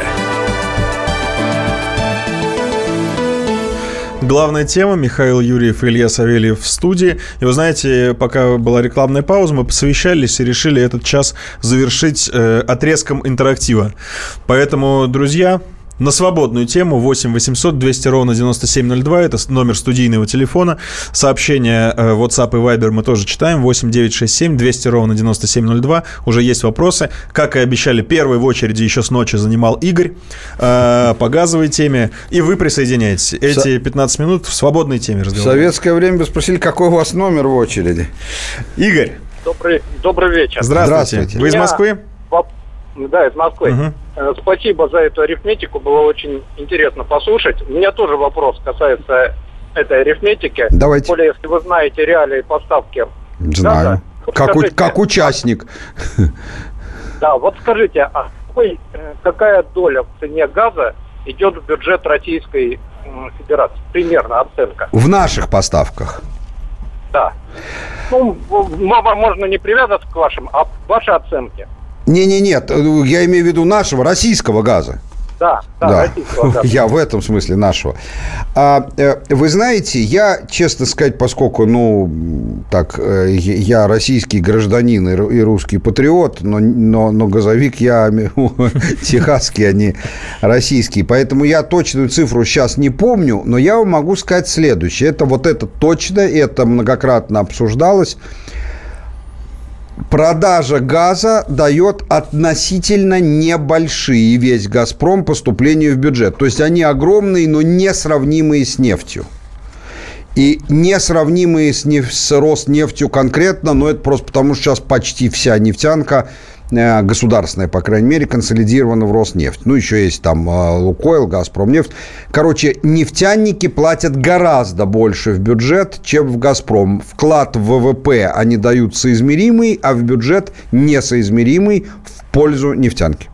Главная тема. Михаил Юрьев и Илья Савельев в студии. И вы знаете, пока была рекламная пауза, мы посовещались и решили этот час завершить э, отрезком интерактива. Поэтому, друзья, на свободную тему восемь восемьсот двести ровно девяносто семь ноль два. Это номер студийного телефона. Сообщения э, WhatsApp и Viber мы тоже читаем. восемь девятьсот шестьдесят семь двести ровно девяносто семь ноль два. Уже есть вопросы. Как и обещали, первый в очереди еще с ночи занимал Игорь э, по газовой теме. И вы присоединяетесь. Эти пятнадцать минут в свободной теме разговариваем. В советское время бы спросили, какой у вас номер в очереди. Игорь. Добрый, добрый вечер. Здравствуйте. Здравствуйте. Вы из Москвы? Да, из Москвы. Угу. Спасибо за эту арифметику, было очень интересно послушать. У меня тоже вопрос касается этой арифметики. Давайте. Тем более, если вы знаете реалии поставки. Знаю. Да, как, скажите, у, как участник. Да, вот скажите, а какой, какая доля в цене газа идет в бюджет Российской Федерации? Примерно оценка. В наших поставках. Да. Ну, можно не привязываться к вашим, а ваши оценки. Не-не-нет, я имею в виду нашего, российского газа. Да, да, Да. российского газа. Я в этом смысле нашего. А, э, вы знаете, я, честно сказать, поскольку, ну, так, э, я российский гражданин и, ру- и русский патриот, но, но, но газовик я техасский, а не российский. Поэтому я точную цифру сейчас не помню, но я вам могу сказать следующее. Это вот это точно, это многократно обсуждалось. Продажа газа дает относительно небольшие, весь «Газпром», поступления в бюджет. То есть они огромные, но несравнимые с нефтью. И несравнимые с, неф- с Роснефтью конкретно, но это просто потому, что сейчас почти вся нефтянка э, государственная, по крайней мере, консолидирована в Роснефть. Ну, еще есть там э, Лукойл, Газпромнефть. Короче, нефтяники платят гораздо больше в бюджет, чем в «Газпром». Вклад в ВВП они дают соизмеримый, а в бюджет несоизмеримый в пользу нефтянки.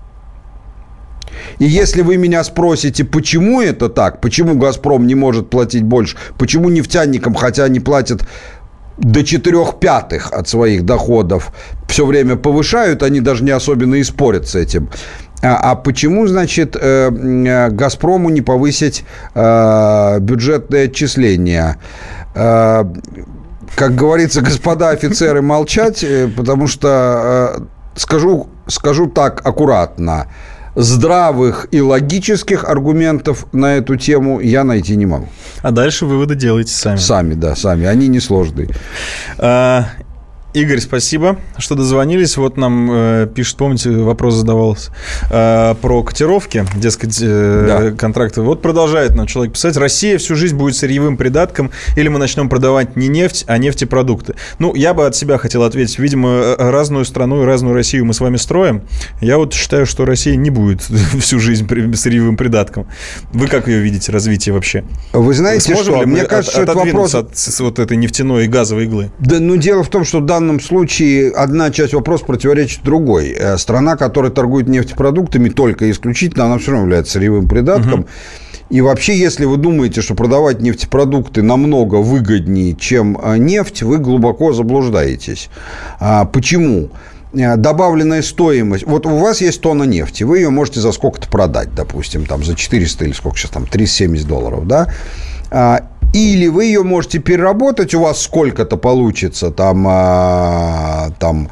И если вы меня спросите, почему это так, почему «Газпром» не может платить больше, почему нефтяникам, хотя они платят до четырех пятых от своих доходов, все время повышают, они даже не особенно и спорят с этим. А, а почему, значит, э, «Газпрому» не повысить э, бюджетные отчисления? Э, как говорится, господа офицеры, молчать, потому что, э, скажу, скажу так аккуратно, здравых и логических аргументов на эту тему я найти не могу. А дальше выводы делайте сами. Сами, да, сами. Они несложные. А, Игорь, спасибо, что дозвонились. Вот нам э, пишет, помните, вопрос задавался э, про котировки, дескать, э, Да. контракты. Вот продолжает нам человек писать: Россия всю жизнь будет сырьевым придатком, или мы начнем продавать не нефть, а нефтепродукты. Ну, я бы от себя хотел ответить. Видимо, разную страну и разную Россию мы с вами строим. Я вот считаю, что Россия не будет всю жизнь сырьевым придатком. Вы как ее видите, развитие вообще? Вы знаете, Сможем что? ли мы Мне кажется, от, что это вопрос... от с- вот этой нефтяной и газовой иглы? Да, ну, дело в том, что в данном случае одна часть вопроса противоречит другой. Э, Страна, которая торгует нефтепродуктами только и исключительно, она все равно является сырьевым придатком. Угу. И вообще, если вы думаете, что продавать нефтепродукты намного выгоднее, чем нефть, вы глубоко заблуждаетесь. А, почему? Добавленная стоимость. Вот у вас есть тонна нефти, вы ее можете за сколько-то продать, допустим, там за четыреста или сколько сейчас там, триста семьдесят долларов, да? А, или вы ее можете переработать, у вас сколько-то получится, там, а, там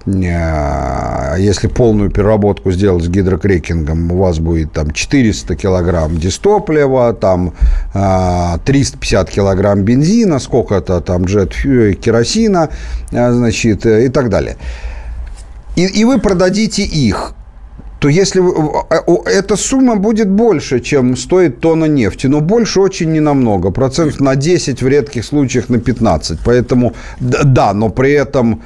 а, если полную переработку сделать с гидрокрекингом, у вас будет там четыреста килограмм дистоплива, там а, триста пятьдесят килограмм бензина, сколько-то там джет керосина, а, значит, и так далее. И, и вы продадите их. то если эта сумма будет больше, чем стоит тонна нефти, но больше очень ненамного, процентов на десять, в редких случаях на пятнадцать. Поэтому, да, но при этом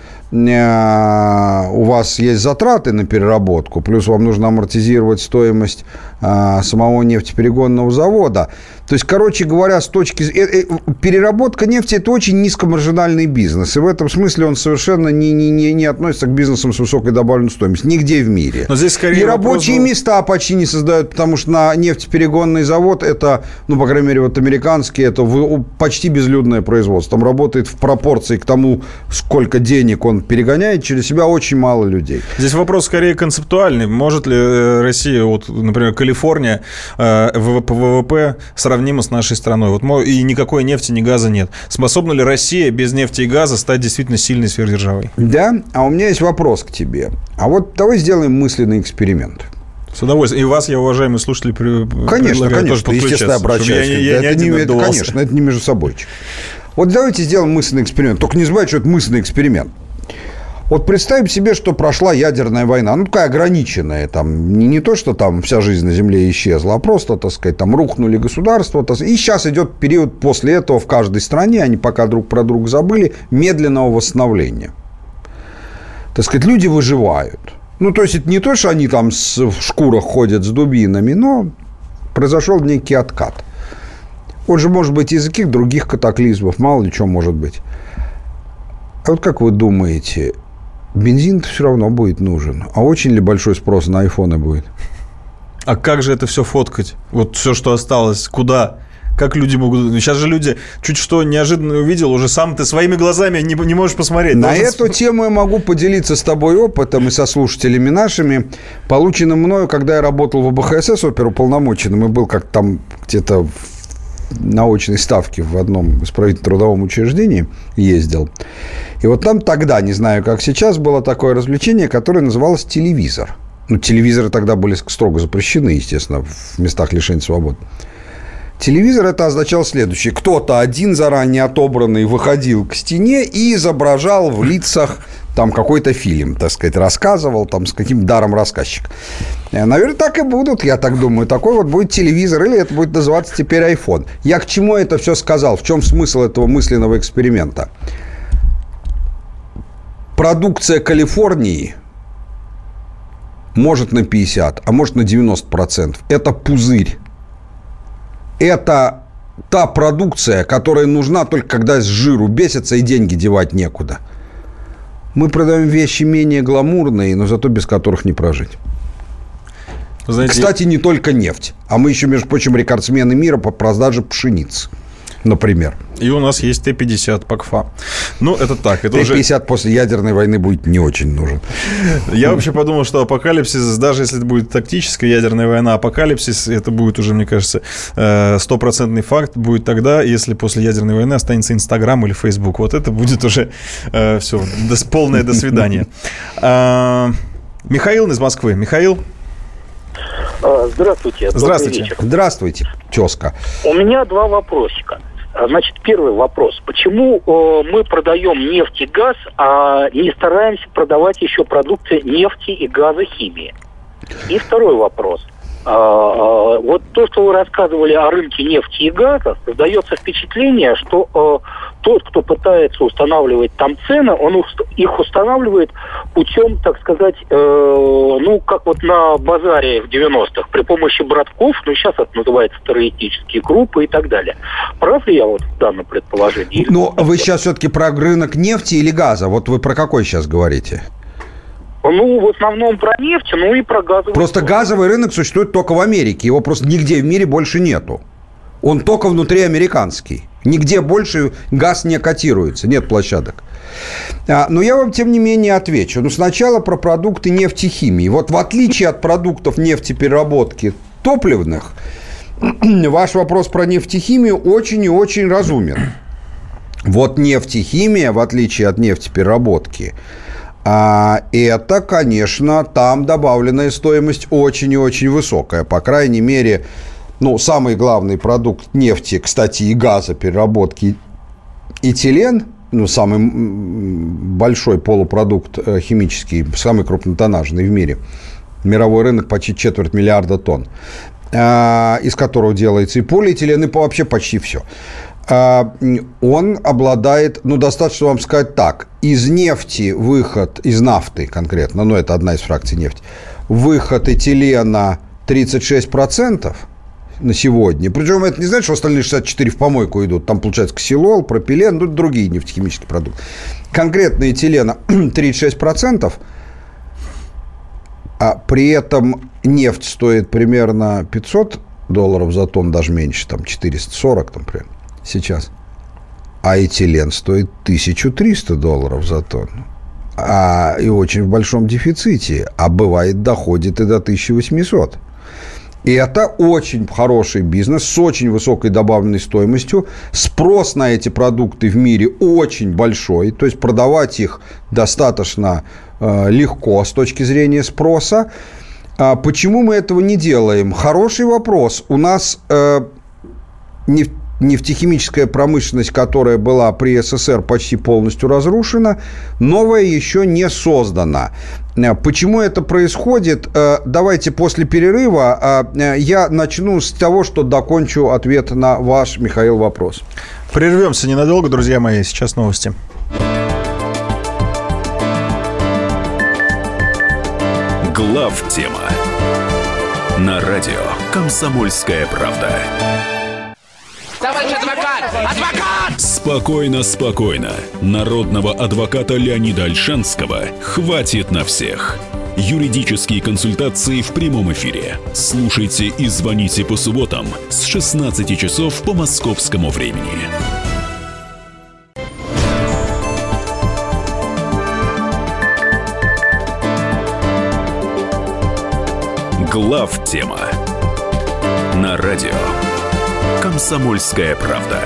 у вас есть затраты на переработку, плюс вам нужно амортизировать стоимость самого нефтеперегонного завода. То есть, короче говоря, с точки зрения... Переработка нефти – это очень низкомаржинальный бизнес. И в этом смысле он совершенно не, не, не, не относится к бизнесам с высокой добавленной стоимостью. Нигде в мире. Но здесь скорее и рабочие вопрос... места почти не создают, потому что на нефтеперегонный завод это, ну, по крайней мере, вот американский, это почти безлюдное производство. Там работает в пропорции к тому, сколько денег он перегоняет через себя, очень мало людей. Здесь вопрос скорее концептуальный. Может ли Россия, вот, например, Калифорния, по ВВП сравнима с нашей страной? Вот, и никакой нефти, ни газа нет. Способна ли Россия без нефти и газа стать действительно сильной сверхдержавой? Да, а у меня есть вопрос к тебе. А вот давай сделаем мысленный эксперимент. С удовольствием. И вас, я, уважаемые слушатели, конечно, предлагаю конечно, тоже подключаться. Естественно, обращаюсь. Я, я, это, я не, это, конечно, это не между собой. Вот давайте сделаем мысленный эксперимент. Только не забывайте, что это мысленный эксперимент. Вот представим себе, что прошла ядерная война, ну, такая ограниченная, там, не, не то, что там вся жизнь на Земле исчезла, а просто, так сказать, там рухнули государства, так, и сейчас идет период после этого в каждой стране, они пока друг про друга забыли, медленного восстановления. Так сказать, люди выживают. Ну, то есть, это не то, что они там с, в шкурах ходят с дубинами, но произошел некий откат. Он же может быть из каких других катаклизмов, мало ли что может быть. А вот как вы думаете, бензин-то все равно будет нужен. А очень ли большой спрос на айфоны будет? А как же это все фоткать? Вот все, что осталось, куда? Как люди могут... Сейчас же люди чуть что неожиданно увидел, уже сам ты своими глазами не, не можешь посмотреть. На Должен... эту тему я могу поделиться с тобой опытом и со слушателями нашими, полученным мною, когда я работал в ОБХСС оперуполномоченным и был как там где-то на очной ставке в одном исправительно-трудовом учреждении ездил. И вот там тогда, не знаю, как сейчас, было такое развлечение, которое называлось телевизор. Ну, телевизоры тогда были строго запрещены, естественно, в местах лишения свободы. Телевизор — это означало следующее. Кто-то один заранее отобранный выходил к стене и изображал в лицах там какой-то фильм, так сказать, рассказывал там с каким даром рассказчик. Наверное, так и будут, я так думаю. Такой вот будет телевизор, или это будет называться теперь iPhone. Я к чему это все сказал? В чем смысл этого мысленного эксперимента? Продукция Калифорнии может на пятьдесят, а может на девяносто процентов. Это пузырь. Это та продукция, которая нужна только когда с жиру бесится и деньги девать некуда. Мы продаем вещи менее гламурные, но зато без которых не прожить. Знаете, кстати, не только нефть. А мы еще, между прочим, рекордсмены мира по продаже пшеницы, например. И у нас есть Т пятьдесят ПАКФА. Ну, это так. Это Т пятьдесят уже... после ядерной войны будет не очень нужен. Я вообще подумал, что апокалипсис, даже если это будет тактическая ядерная война, апокалипсис, это будет уже, мне кажется, стопроцентный факт будет тогда, если после ядерной войны останется Инстаграм или Фейсбук. Вот это будет уже э, все, полное до свидания. Михаил из Москвы. Михаил? Здравствуйте. Здравствуйте. Здравствуйте, тезка. У меня два вопросика. Значит, первый вопрос. Почему э, мы продаем нефть и газ, а не стараемся продавать еще продукты нефти и газохимии? И второй вопрос. Э, э, вот то, что вы рассказывали о рынке нефти и газа, создается впечатление, что э, тот, кто пытается устанавливать там цены, он уст- их устанавливает путем, так сказать, э, ну, как вот на базаре в девяностых, при помощи братков, ну, сейчас это называется террористические группы и так далее. Прав ли я вот в данном предположении? Ну, вы сейчас все-таки про рынок нефти или газа? Вот вы про какой сейчас говорите? Ну, в основном про нефть, ну и про газовый. Просто газовый рынок существует только в Америке. Его просто нигде в мире больше нету. Он только внутриамериканский. Нигде больше газ не котируется. Нет площадок. Но я вам, тем не менее, отвечу. Ну, сначала про продукты нефтехимии. Вот в отличие от продуктов нефтепереработки топливных, ваш вопрос про нефтехимию очень и очень разумен. Вот нефтехимия, в отличие от нефтепереработки, это, конечно, там добавленная стоимость очень и очень высокая. По крайней мере, ну, самый главный продукт нефти, кстати, и газопереработки, этилен, ну, самый большой полупродукт химический, самый крупнотоннажный в мире, Мировой рынок почти четверть миллиарда тонн, из которого делается и полиэтилен, и вообще почти все. Он обладает, ну, достаточно вам сказать так, из нефти выход, из нафты конкретно, ну, это одна из фракций нефти, выход этилена тридцать шесть процентов на сегодня. Причем это не значит, что остальные шестьдесят четыре процента в помойку идут. Там получается ксилол, пропилен, ну, другие нефтехимические продукты. Конкретно этилена тридцать шесть процентов, а при этом нефть стоит примерно пятьсот долларов за тонн, даже меньше, там четыреста сорок, там, примерно, сейчас. А этилен стоит тысяча триста долларов за тонну. А, и очень в большом дефиците. А бывает, доходит и до тысяча восемьсот. И это очень хороший бизнес с очень высокой добавленной стоимостью. Спрос на эти продукты в мире очень большой. То есть продавать их достаточно э, легко с точки зрения спроса. А почему мы этого не делаем? Хороший вопрос. У нас э, нефть нефтехимическая промышленность, которая была при СССР, почти полностью разрушена, новая еще не создана. Почему это происходит? Давайте после перерыва я начну с того, что докончу ответ на ваш, Михаил, вопрос. Прервемся ненадолго, друзья мои. Сейчас новости. Главтема на радио «Комсомольская правда». Товарищ адвокат! Адвокат! Спокойно, спокойно. Народного адвоката Леонида Ольшанского хватит на всех. Юридические консультации в прямом эфире. Слушайте и звоните по субботам с шестнадцати часов по московскому времени. Главтема на радио «Комсомольская правда».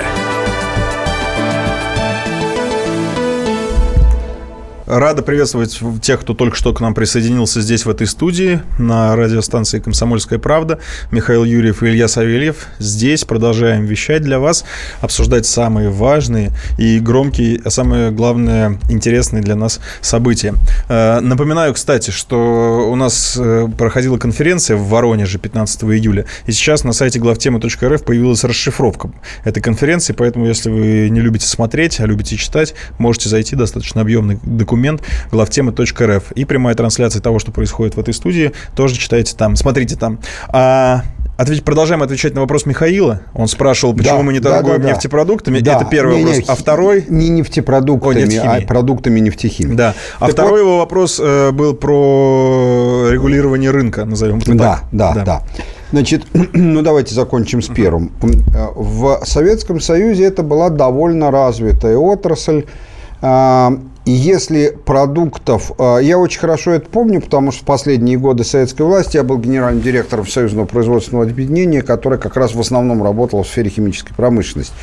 Рада приветствовать тех, кто только что к нам присоединился здесь, в этой студии, на радиостанции «Комсомольская правда». Михаил Юрьев и Илья Савельев. Здесь продолжаем вещать для вас, обсуждать самые важные и громкие, а самое главное, интересные для нас события. Напоминаю, кстати, что у нас проходила конференция в Воронеже пятнадцатого июля, и сейчас на сайте главтема точка эр эф появилась расшифровка этой конференции, поэтому, если вы не любите смотреть, а любите читать, можете зайти, достаточно объемный документ, главтема точка эр эф. И прямая трансляция того, что происходит в этой студии, тоже читайте там, смотрите там. А, ответь, продолжаем отвечать на вопрос Михаила. Он спрашивал, почему да, мы не торгуем да, да, нефтепродуктами. Да. Это первый не, вопрос. Не, а второй... Не нефтепродуктами, О, а продуктами нефтехимии. Да. А так второй вот... его вопрос э, был про регулирование рынка, назовем это да, так. Да, да, да. Значит, ну давайте закончим с первым. В Советском Союзе это была довольно развитая отрасль. И если продуктов... Я очень хорошо это помню, потому что в последние годы советской власти я был генеральным директором Союзного производственного объединения, которое как раз в основном работало в сфере химической промышленности.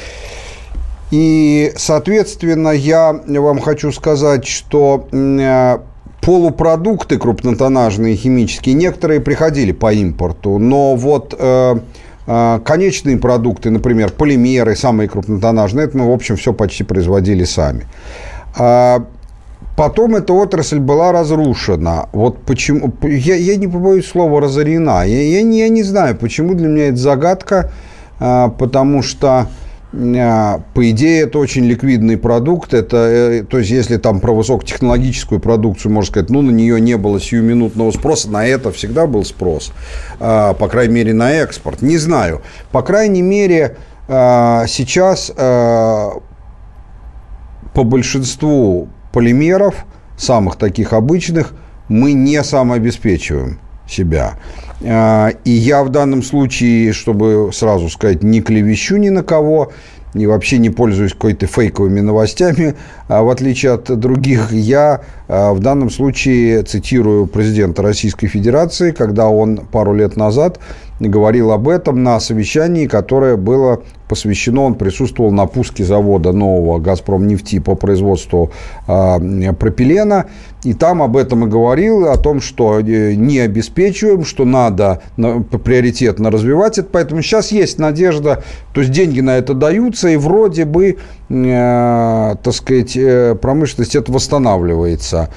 И, соответственно, я вам хочу сказать, что полупродукты крупнотоннажные химические, некоторые приходили по импорту, но вот... конечные продукты, например, полимеры, самые крупнотоннажные, это мы, в общем, все почти производили сами. А потом эта отрасль была разрушена. Вот почему... Я, я не побоюсь слова «разорена». Я, я, не, я не знаю, почему для меня это загадка, а, потому что, а, по идее, это очень ликвидный продукт. Это, то есть, если там про высокотехнологическую продукцию, можно сказать, ну, на нее не было сиюминутного спроса, на это всегда был спрос. А, по крайней мере, на экспорт. Не знаю. По крайней мере, а, сейчас... А, по большинству полимеров, самых таких обычных, мы не самообеспечиваем себя. И я в данном случае, чтобы сразу сказать, не клевещу ни на кого, и вообще не пользуюсь какой-то фейковыми новостями, а в отличие от других, я в данном случае цитирую президента Российской Федерации, когда он пару лет назад говорил об этом на совещании, которое было посвящено, он присутствовал на пуске завода нового «Газпромнефти» по производству э, пропилена, и там об этом и говорил, о том, что не обеспечиваем, что надо на, приоритетно развивать это, поэтому сейчас есть надежда, то есть деньги на это даются, и вроде бы, э, так сказать, промышленность это восстанавливается.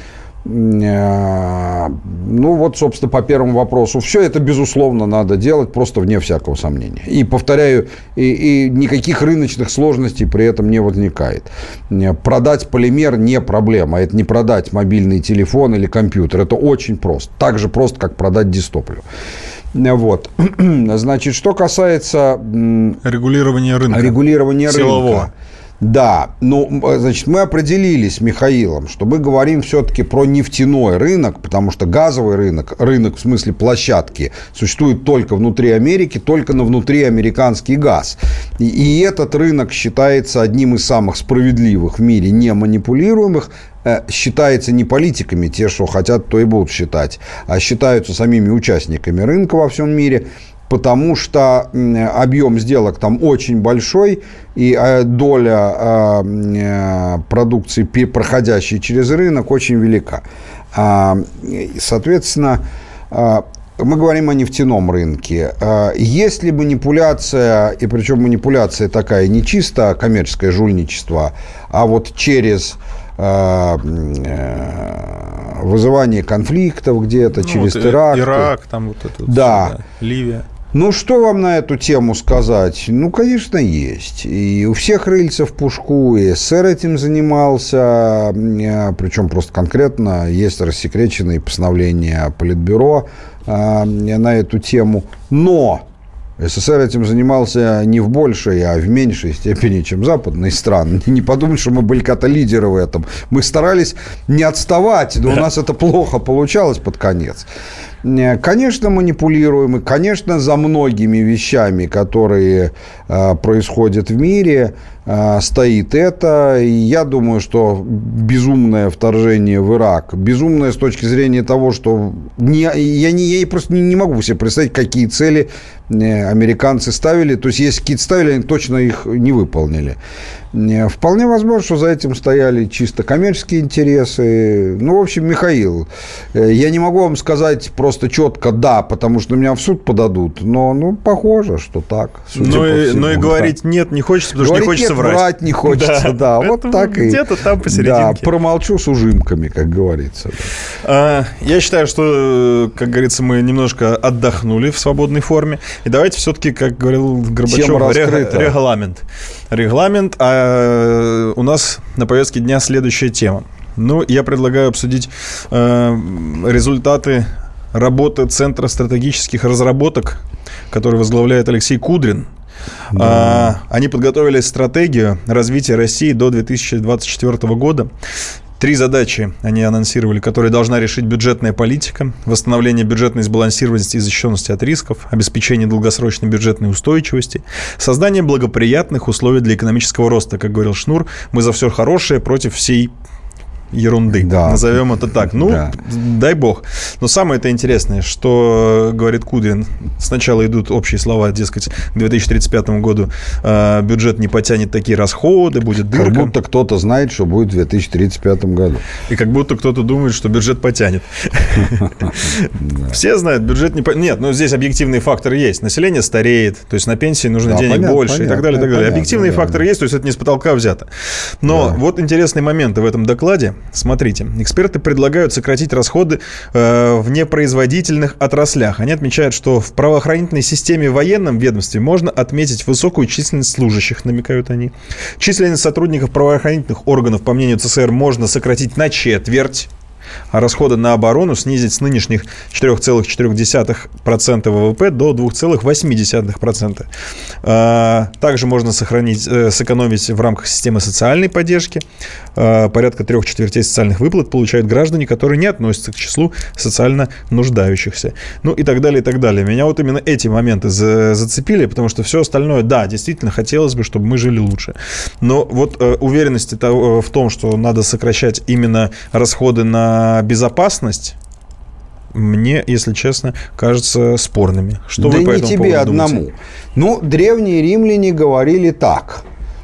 Ну, вот, собственно, по первому вопросу. Все это, безусловно, надо делать просто вне всякого сомнения. И, повторяю, и, и никаких рыночных сложностей при этом не возникает. Продать полимер не проблема. Это не продать мобильный телефон или компьютер. Это очень просто. Так же просто, как продать дистопливо. Вот. Значит, что касается... Регулирования рынка. Регулирования силового. рынка. Да, ну, значит, мы определились с Михаилом, что мы говорим все-таки про нефтяной рынок, потому что газовый рынок, рынок в смысле площадки, существует только внутри Америки, только на внутриамериканский газ. И, и этот рынок считается одним из самых справедливых в мире, не манипулируемых, считается не политиками, те, что хотят, то и будут считать, а считаются самими участниками рынка во всем мире. Потому что объем сделок там очень большой, и доля продукции, проходящей через рынок, очень велика. Соответственно, мы говорим о нефтяном рынке. Есть ли манипуляция, и причем манипуляция такая не чисто коммерческое жульничество, а вот через... вызывание конфликтов где-то, ну, через вот теракты. Ирак, там вот это. Да. Сюда, Ливия. Ну, что вам на эту тему сказать? Ну, конечно, есть. И у всех рыльца в пушку, и СССР этим занимался, причем просто конкретно есть рассекреченные постановления Политбюро на эту тему. Но СССР этим занимался не в большей, а в меньшей степени, чем западные страны. Не подумать, что мы были как-то лидеры в этом. Мы старались не отставать, но да. У нас это плохо получалось под конец. Конечно, манипулируем, и, конечно, за многими вещами, которые э, происходят в мире, э, стоит это. И я думаю, что безумное вторжение в Ирак, безумное с точки зрения того, что не, я, не, я просто не, не могу себе представить, какие цели э, американцы ставили. То есть, если какие-то ставили, они точно их не выполнили. Вполне возможно, что за этим стояли чисто коммерческие интересы. Ну, в общем, Михаил, я не могу вам сказать просто четко «да», потому что меня в суд подадут, но, ну, похоже, что так. Но и, но и говорить так. «нет» не хочется, потому говорить что не хочется нет, врать. врать не хочется, да, да вот так и... Где-то там посерединке. Да, промолчу с ужимками, как говорится. А, я считаю, что, как говорится, мы немножко отдохнули в свободной форме. И давайте все-таки, как говорил Горбачев, ре- регламент. Регламент, а у нас на повестке дня следующая тема. Ну, я предлагаю обсудить э, результаты работы Центра стратегических разработок, который возглавляет Алексей Кудрин. Да. А, они подготовили стратегию развития России до две тысячи двадцать четвёртого года. Три задачи они анонсировали, которые должна решить бюджетная политика: восстановление бюджетной сбалансированности и защищенности от рисков, обеспечение долгосрочной бюджетной устойчивости, создание благоприятных условий для экономического роста. Как говорил Шнур, мы за все хорошее против всей ерунды. Да. Назовем это так. Ну, да. Дай бог. Но самое-то интересное, что говорит Кудрин. Сначала идут общие слова, дескать, к две тысячи тридцать пятому году э, бюджет не потянет такие расходы, будет дырка. Как будто кто-то знает, что будет в две тысячи тридцать пятом году. И как будто кто-то думает, что бюджет потянет. Все знают, бюджет не потянет. Нет, но здесь объективные факторы есть. Население стареет, то есть на пенсии нужно денег больше и так далее. Объективные факторы есть, то есть это не с потолка взято. Но вот интересные моменты в этом докладе. Смотрите, эксперты предлагают сократить расходы э, в непроизводительных отраслях. Они отмечают, что в правоохранительной системе, в военном ведомстве можно отметить высокую численность служащих, намекают они. Численность сотрудников правоохранительных органов, по мнению ЦСР, можно сократить на четверть, а расходы на оборону снизить с нынешних четыре целых четыре десятых процента ВВП до два целых восемь десятых процента. Также можно сохранить, сэкономить в рамках системы социальной поддержки. Порядка трех четвертей социальных выплат получают граждане, которые не относятся к числу социально нуждающихся. Ну и так далее, и так далее. Меня вот именно эти моменты зацепили, потому что все остальное, да, действительно хотелось бы, чтобы мы жили лучше. Но вот уверенности в том, что надо сокращать именно расходы на безопасность, мне, если честно, кажется спорными. Что да вы по не этому тебе поводу одному. думаете? Ну, древние римляне говорили так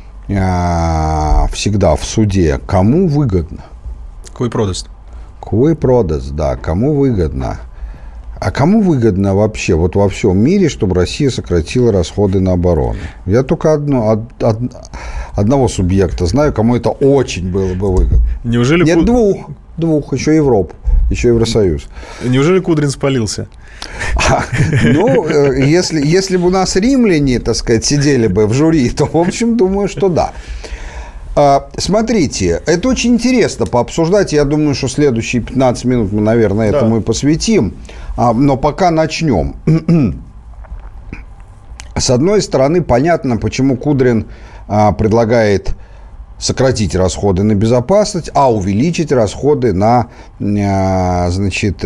всегда в суде: кому выгодно? Кой продаст. Кой продаст, да, кому выгодно. А кому выгодно вообще вот во всем мире, чтобы Россия сократила расходы на оборону? Я только одно, од, од, одного субъекта знаю, кому это очень было бы выгодно. Неужели Нет, Ку... двух. Двух, еще Европу, еще Евросоюз. Неужели Кудрин спалился? Ну, если, если бы у нас римляне, так сказать, сидели бы в жюри, то, в общем, думаю, что да. Смотрите, это очень интересно пообсуждать. Я думаю, что следующие пятнадцать минут мы, наверное, этому да. и посвятим. Но пока начнем. С одной стороны, понятно, почему Кудрин предлагает сократить расходы на безопасность, а увеличить расходы на, значит,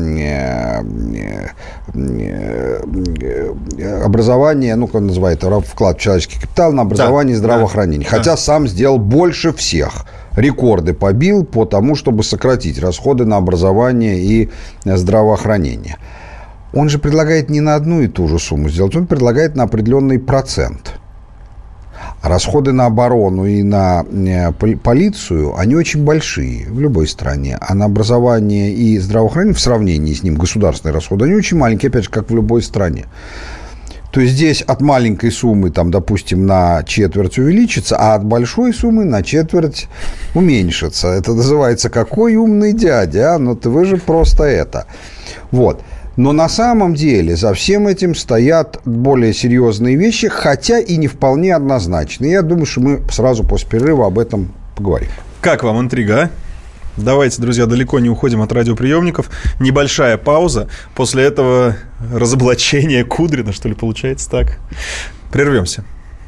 образование, ну, как называется, вклад в человеческий капитал, на образование да, и здравоохранение. Да, Хотя да. сам сделал больше всех. Рекорды побил по тому, чтобы сократить расходы на образование и здравоохранение. Он же предлагает не на одну и ту же сумму сделать, он предлагает на определенный процент. Расходы на оборону и на полицию, они очень большие в любой стране. А на образование и здравоохранение в сравнении с ним государственные расходы, они очень маленькие, опять же, как в любой стране. То есть здесь от маленькой суммы, там, допустим, на четверть увеличится, а от большой суммы на четверть уменьшится. Это называется «какой умный дядя», а? Ну, вы же просто это. Вот. Но на самом деле за всем этим стоят более серьезные вещи, хотя и не вполне однозначные. Я думаю, что мы сразу после перерыва об этом поговорим. Как вам интрига, а? Давайте, друзья, далеко не уходим от радиоприемников. Небольшая пауза. После этого разоблачение Кудрина, что ли, получается так. Прервемся.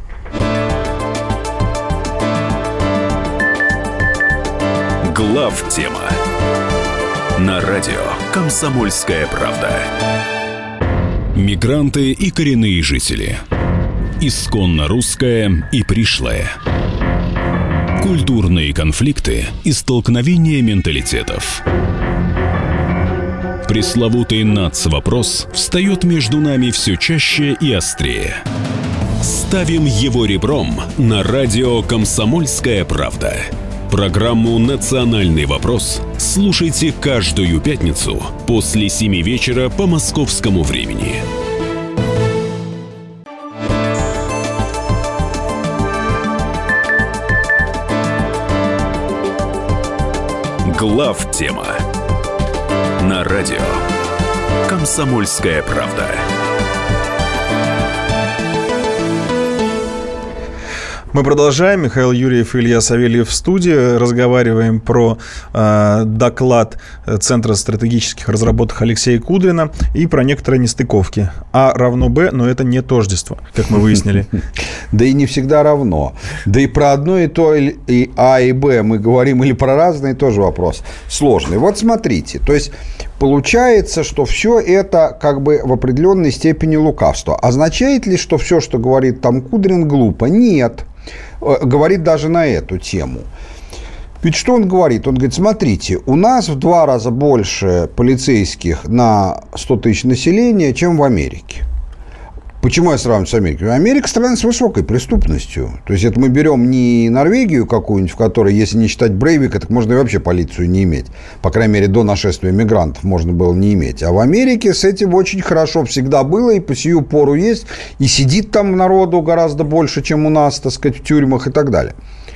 Главтема на радио «Комсомольская правда». Мигранты и коренные жители. Исконно русское и пришлое. Культурные конфликты и столкновения менталитетов. Пресловутый нацвопрос встает между нами все чаще и острее. Ставим его ребром на радио «Комсомольская правда». Программу «Национальный вопрос» слушайте каждую пятницу после семи вечера по московскому времени. Главтема на радио «Комсомольская правда». Мы продолжаем. Михаил Юрьев и Илья Савельев в студии. Разговариваем про э, доклад Центра стратегических разработок Алексея Кудрина и про некоторые нестыковки. А равно Б, но это не тождество, как мы выяснили. Да и не всегда равно. Да и про одно и то, и А, и Б мы говорим, или про разные, тоже вопрос сложный. Вот смотрите, то есть получается, что все это как бы в определенной степени лукавство. Означает ли, что все, что говорит там Кудрин, глупо? Нет. Говорит даже на эту тему. Ведь что он говорит? Он говорит, смотрите, у нас в два раза больше полицейских на сто тысяч населения, чем в Америке. Почему я сравниваю с Америкой? Америка страна с высокой преступностью. То есть, это мы берем не Норвегию какую-нибудь, в которой, если не считать Брейвика, так можно и вообще полицию не иметь. По крайней мере, до нашествия мигрантов можно было не иметь. А в Америке с этим очень хорошо всегда было, и по сию пору есть. И сидит там народу гораздо больше, чем у нас, так сказать, в тюрьмах и так далее.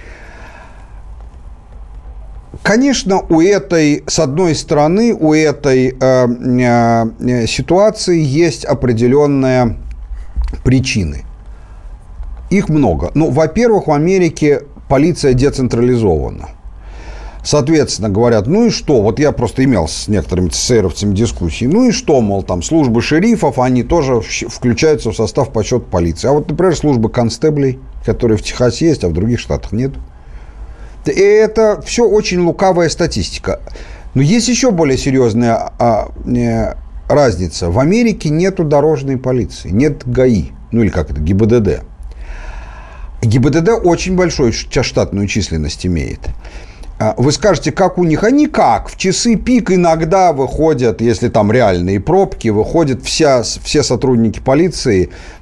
Конечно, у этой, с одной стороны, у этой э, э, ситуации есть определенная причины. Их много. Ну, во-первых, в Америке полиция децентрализована. Соответственно, говорят, ну и что? Вот я просто имел с некоторыми цесеровцами дискуссии. Ну и что, мол, там службы шерифов, они тоже включаются в состав подсчета полиции. А вот, например, службы констеблей, которые в Техасе есть, а в других штатах нет. И это все очень лукавая статистика. Но есть еще более серьезная а, не, разница. В Америке нету дорожной полиции, нет ГАИ, ну или как это, ГИБДД. ГИБДД очень большую штатную численность имеет. Вы скажете, как у них? А никак. В часы пик иногда выходят, если там реальные пробки, выходят вся, все сотрудники полиции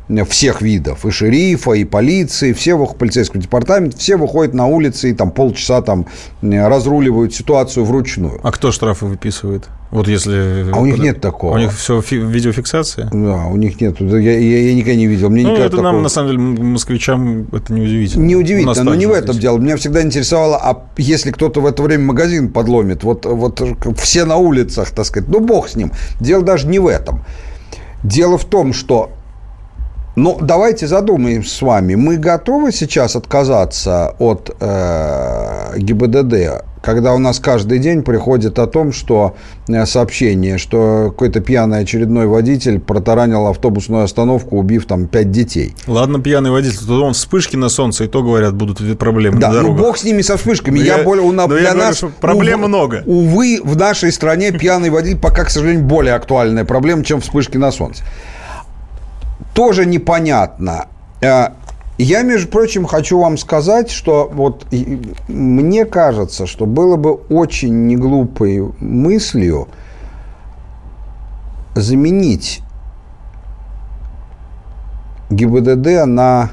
всех видов, и шерифа, и полиции, все полицейского департамента, все выходят на улицы и там полчаса там разруливают ситуацию вручную. А кто штрафы выписывает? Вот если... А у них нет такого. У них все фи- видеофиксация? Да, у них нет. Я, я, я никогда не видел. Мне ну, это такого... нам, на самом деле, москвичам это не удивительно. Не удивительно, но не в этом дело. Меня всегда интересовало, а если кто-то в это время магазин подломит, вот, вот все на улицах, так сказать, ну, бог с ним. Дело даже не в этом. Дело в том, что ну, давайте задумаемся с вами. Мы готовы сейчас отказаться от э, ГИБДД, когда у нас каждый день приходит о том, что э, сообщение, что какой-то пьяный очередной водитель протаранил автобусную остановку, убив там пять детей. Ладно, пьяный водитель, то он вспышки на солнце, и то, говорят, будут проблемы да, на дорогах. Ну, бог с ними, со вспышками. Я, я, более, у, для я нас, говорю, проблем ув, много. Увы, в нашей стране пьяный водитель пока, к сожалению, более актуальная проблема, чем вспышки на солнце. Тоже непонятно. Я, между прочим, хочу вам сказать, что вот мне кажется, что было бы очень неглупой мыслью заменить ГИБДД на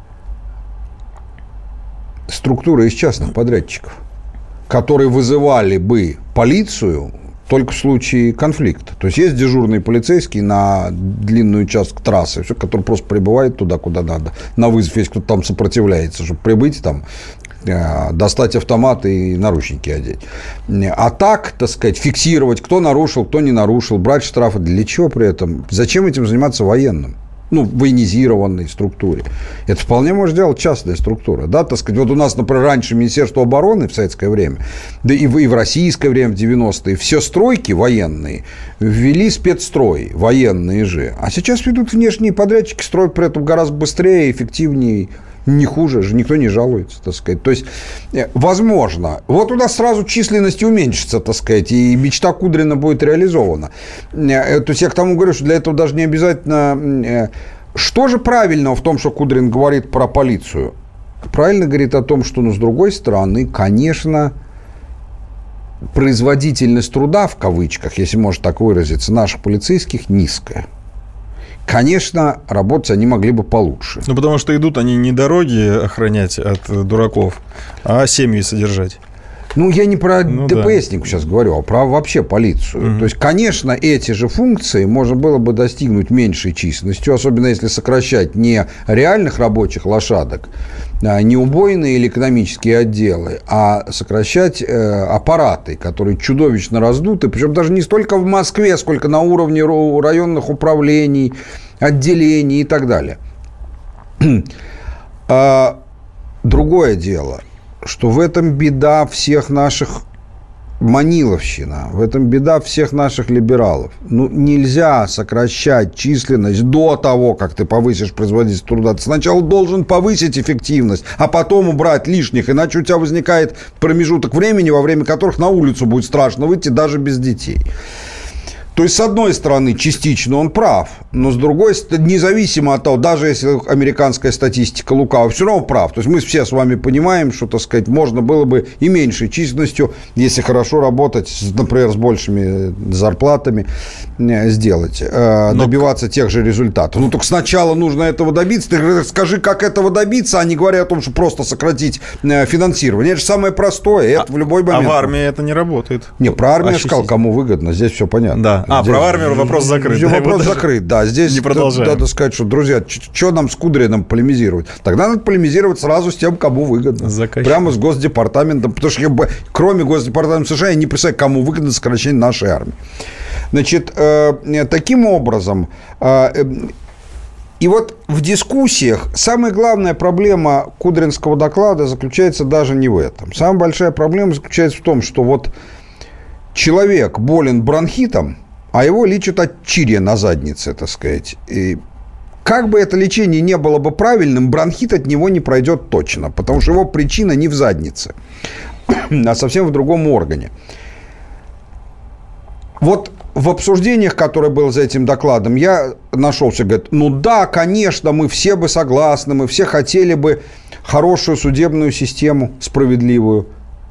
структуры из частных подрядчиков, которые вызывали бы полицию только в случае конфликта. То есть есть дежурный полицейский на длинный участок трассы, все, который просто прибывает туда, куда надо. На вызов, если кто-то там сопротивляется, чтобы прибыть там, достать автомат и наручники одеть. А так, так сказать, фиксировать, кто нарушил, кто не нарушил, брать штрафы. Для чего при этом? Зачем этим заниматься военным? Ну, в военизированной структуре. Это вполне может делать частная структура. Да, так сказать, вот у нас, например, раньше Министерство обороны в советское время, да и в, и в российское время, в девяностые, все стройки военные ввели спецстрой, военные же. А сейчас ведут внешние подрядчики, строят при этом гораздо быстрее, эффективнее, не хуже же, никто не жалуется, так сказать. То есть, возможно, вот у нас сразу численность уменьшится, так сказать, и мечта Кудрина будет реализована. То есть, я к тому говорю, что для этого даже не обязательно... Что же правильного в том, что Кудрин говорит про полицию? Правильно говорит о том, что, ну, с другой стороны, конечно, производительность труда, в кавычках, если можно так выразиться, наших полицейских низкая. Конечно, работать они могли бы получше. Ну, потому что идут они не дороги охранять от дураков, а семьи содержать. Ну, я не про ну, ДПСников да. сейчас говорю, а про вообще полицию. Mm-hmm. То есть, конечно, эти же функции можно было бы достигнуть меньшей численностью, особенно если сокращать не реальных рабочих лошадок, не убойные или экономические отделы, а сокращать э, аппараты, которые чудовищно раздуты, причем даже не столько в Москве, сколько на уровне районных управлений, отделений и так далее. а, другое дело, что в этом беда всех наших маниловщина, в этом беда всех наших либералов. Ну, нельзя сокращать численность до того, как ты повысишь производительность труда. Ты сначала должен повысить эффективность, а потом убрать лишних, иначе у тебя возникает промежуток времени, во время которых на улицу будет страшно выйти даже без детей. То есть, с одной стороны, частично он прав, но с другой стороны, независимо от того, даже если американская статистика лукава, все равно прав. То есть, мы все с вами понимаем, что, так сказать, можно было бы и меньшей численностью, если хорошо работать, например, с большими зарплатами, сделать, но... добиваться тех же результатов. Ну, только сначала нужно этого добиться. Ты скажи, как этого добиться, а не говоря о том, что просто сократить финансирование. Это же самое простое, это а, в любой момент. А в армии это не работает. Не, про армию я сказал, кому выгодно, здесь все понятно. Да. А, здесь, про армию вопрос закрыт. Да, вопрос закрыт, да. Здесь не продолжаем. Надо сказать, что, друзья, что нам с Кудриным полемизировать? Тогда надо полемизировать сразу с тем, кому выгодно. Заказчик. Прямо с Госдепартаментом. Потому что, я, кроме Госдепартамента США, я не представляю, кому выгодно сокращение нашей армии. Значит, э, таким образом... Э, И вот в дискуссиях самая главная проблема кудринского доклада заключается даже не в этом. Самая большая проблема заключается в том, что вот человек болен бронхитом, а его лечат от чирия на заднице, так сказать. И как бы это лечение не было бы правильным, бронхит от него не пройдет точно, потому что его причина не в заднице, а совсем в другом органе. Вот в обсуждениях, которое было за этим докладом, я нашелся, говорит, ну да, конечно, мы все бы согласны, мы все хотели бы хорошую судебную систему, справедливую.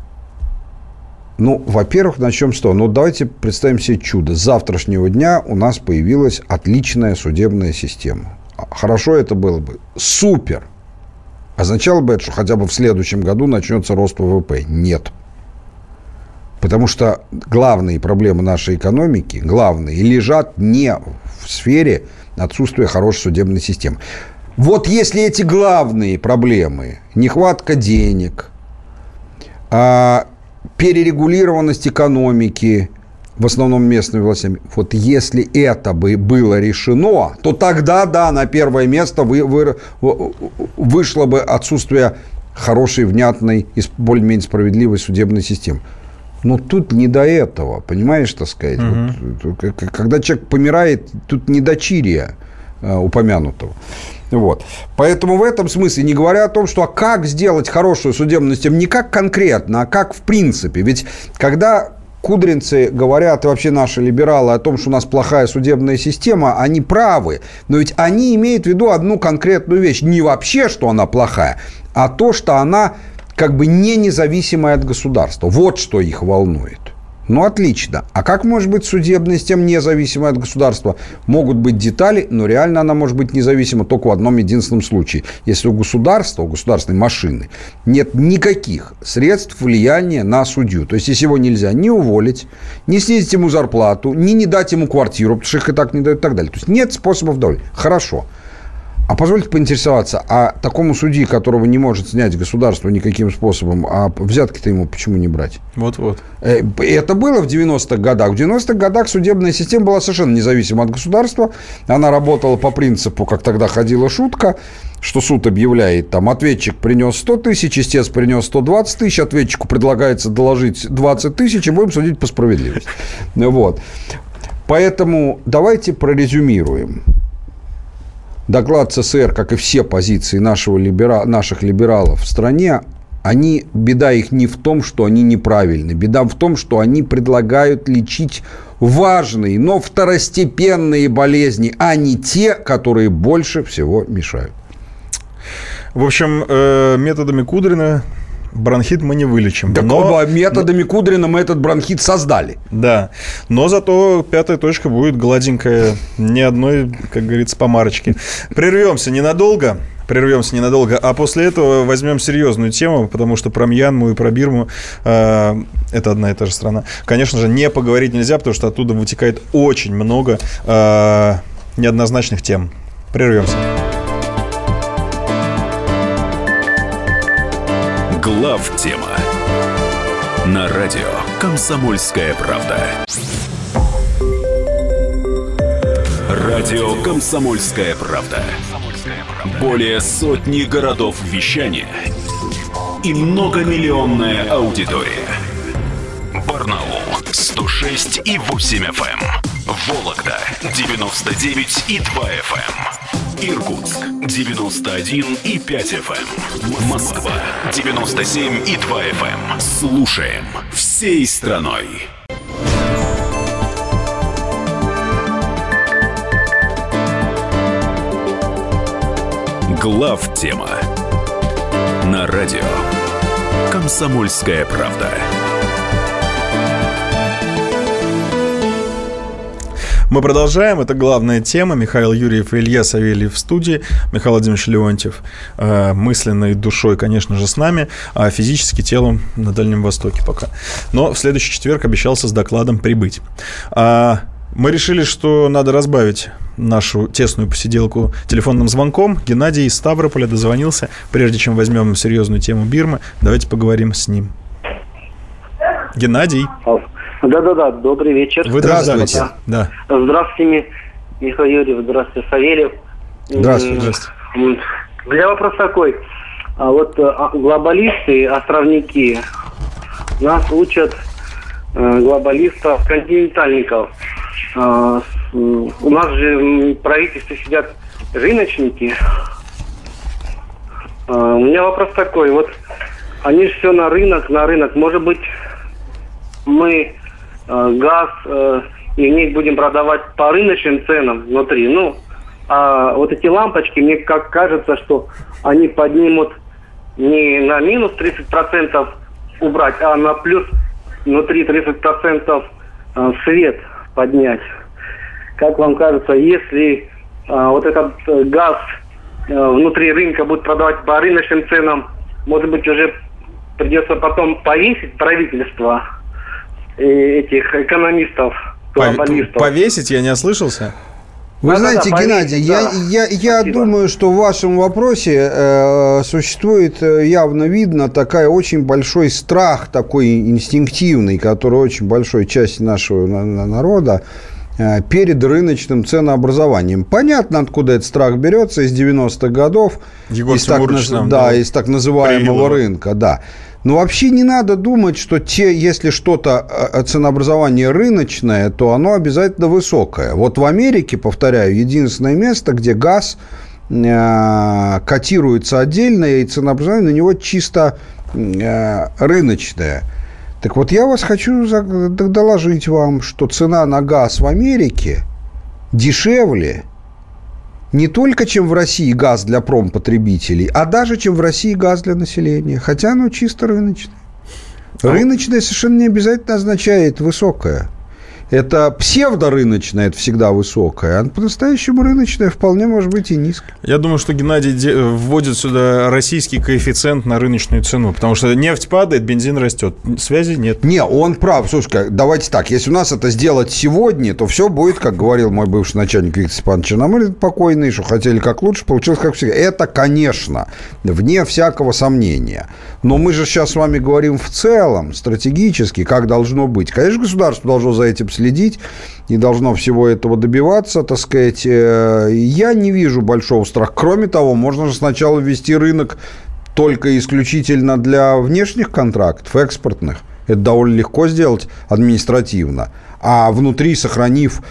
Ну, во-первых, начнем с того, ну, давайте представим себе чудо. С завтрашнего дня у нас появилась отличная судебная система. хорошо это было бы. Супер. Означало бы это, что хотя бы в следующем году начнется рост ВВП? Нет. Потому что главные проблемы нашей экономики, главные, лежат не в сфере отсутствия хорошей судебной системы. Вот если эти главные проблемы, нехватка денег, перерегулированность экономики, в основном местными властями, вот если это бы было решено, то тогда, да, на первое место вы, вы, вышло бы отсутствие хорошей, внятной и более-менее справедливой судебной системы. Но тут не до этого, понимаешь, так сказать. Угу. Вот, когда человек помирает, тут не до чирия э, упомянутого. Вот. Поэтому в этом смысле, не говоря о том, что а как сделать хорошую судебную систему, не как конкретно, а как в принципе. Ведь когда кудринцы говорят, и вообще наши либералы, о том, что у нас плохая судебная система, они правы. Но ведь они имеют в виду одну конкретную вещь. Не вообще, что она плохая, а то, что она как бы не независимая от государства. Вот что их волнует. Ну, отлично. А как может быть судебная система независимая от государства? Могут быть детали, но реально она может быть независима только в одном единственном случае. Если у государства, у государственной машины нет никаких средств влияния на судью. То есть, если его нельзя ни уволить, ни снизить ему зарплату, ни не дать ему квартиру, потому что их и так не дают и так далее. То есть, нет способов давления. Хорошо. А позвольте поинтересоваться, а такому судьи, которого не может снять государство никаким способом, а взятки-то ему почему не брать? Вот-вот. Это было в девяностых годах. В девяностых годах судебная система была совершенно независима от государства. Она работала по принципу, как тогда ходила шутка, что суд объявляет, там, ответчик принес сто тысяч, истец принес сто двадцать тысяч, ответчику предлагается доложить двадцать тысяч, и будем судить по справедливости. Вот. Поэтому давайте прорезюмируем. Доклад ЦСР, как и все позиции нашего либера... наших либералов в стране, они, беда их не в том, что они неправильны. Беда в том, что они предлагают лечить важные, но второстепенные болезни, а не те, которые больше всего мешают. В общем, методами Кудрина бронхит мы не вылечим. Так но... методами Кудрина мы этот бронхит создали. Да. Но зато пятая точка будет гладенькая, ни одной, как говорится, помарочки. Прервемся ненадолго. Прервемся ненадолго, а после этого возьмем серьезную тему, потому что про Мьянму и про Бирму э, это одна и та же страна. Конечно же, не поговорить нельзя, потому что оттуда вытекает очень много э, неоднозначных тем. Прервемся. Главтема на радио «Комсомольская правда». Радио «Комсомольская правда». Более сотни городов вещания и многомиллионная аудитория. Барнаул сто шесть и восемь эф эм, Вологда девяносто девять и два эф эм, Иркутск девяносто один и пять эф эм, Москва девяносто семь и два эф эм. Слушаем всей страной. Главтема на радио «Комсомольская правда». Мы продолжаем. Это главная тема. Михаил Юрьев и Илья Савельев в студии. Михаил Владимирович Леонтьев э, мысленной душой, конечно же, с нами, а физически телом на Дальнем Востоке пока. Но в следующий четверг обещался с докладом прибыть. А, мы решили, что надо разбавить нашу тесную посиделку телефонным звонком. Геннадий из Ставрополя дозвонился. Прежде чем возьмем серьезную тему Бирмы, давайте поговорим с ним. Геннадий. Да-да-да, добрый вечер. Вы Здравствуйте. Да. Здравствуйте, Михаил Юрьев, здравствуйте, Савельев. Здравствуйте. Здравствуйте. У меня вопрос такой. Вот глобалисты, островники, нас учат глобалистов, континентальников. У нас же в правительстве сидят рыночники. У меня вопрос такой. Вот они же все на рынок, на рынок. Может быть, мы э, газ э, и нефть будем продавать по рыночным ценам внутри. Ну, а вот эти лампочки, мне как кажется, что они поднимут не на минус тридцать процентов убрать, а на плюс внутри тридцать процентов э, свет поднять. Как вам кажется, если вот этот газ внутри рынка будут продавать по рыночным ценам, может быть, уже придется потом повесить правительство этих экономистов, глобалистов. Повесить? Я не ослышался? Вы да, знаете, да, да, Геннадий, да. я, я, я думаю, что в вашем вопросе э, существует, явно видно, такая очень большой страх, такой инстинктивный, который очень большой части нашего на, на народа э, перед рыночным ценообразованием. Понятно, откуда этот страх берется, из девяностых годов, Егор из так, наз... нам, да, да, из так называемого рынка, да. Но вообще не надо думать, что те, если что-то ценообразование рыночное, то оно обязательно высокое. Вот в Америке, повторяю, единственное место, где газ э, котируется отдельно, и ценообразование на него чисто э, рыночное. Так вот, я вас хочу доложить вам, что цена на газ в Америке дешевле не только, чем в России газ для промпотребителей, а даже, чем в России газ для населения. Хотя оно чисто рыночное. Рыночное совершенно не обязательно означает высокое. Это псевдорыночное, это всегда высокое, а по-настоящему рыночное вполне может быть и низкое. Я думаю, что Геннадий де- вводит сюда российский коэффициент на рыночную цену, потому что нефть падает, бензин растет. Связи нет. Не, он прав. Слушай, давайте так, если у нас это сделать сегодня, то все будет, как говорил мой бывший начальник Виктор Степанович Черномырдин, покойный, что хотели как лучше, получилось как всегда. Это, конечно, вне всякого сомнения. Но мы же сейчас с вами говорим в целом, стратегически, как должно быть. Конечно, государство должно за этим следить и должно всего этого добиваться, так сказать. Я не вижу большого страха. Кроме того, можно же сначала ввести рынок только исключительно для внешних контрактов, экспортных. Это довольно легко сделать административно. А внутри, сохранив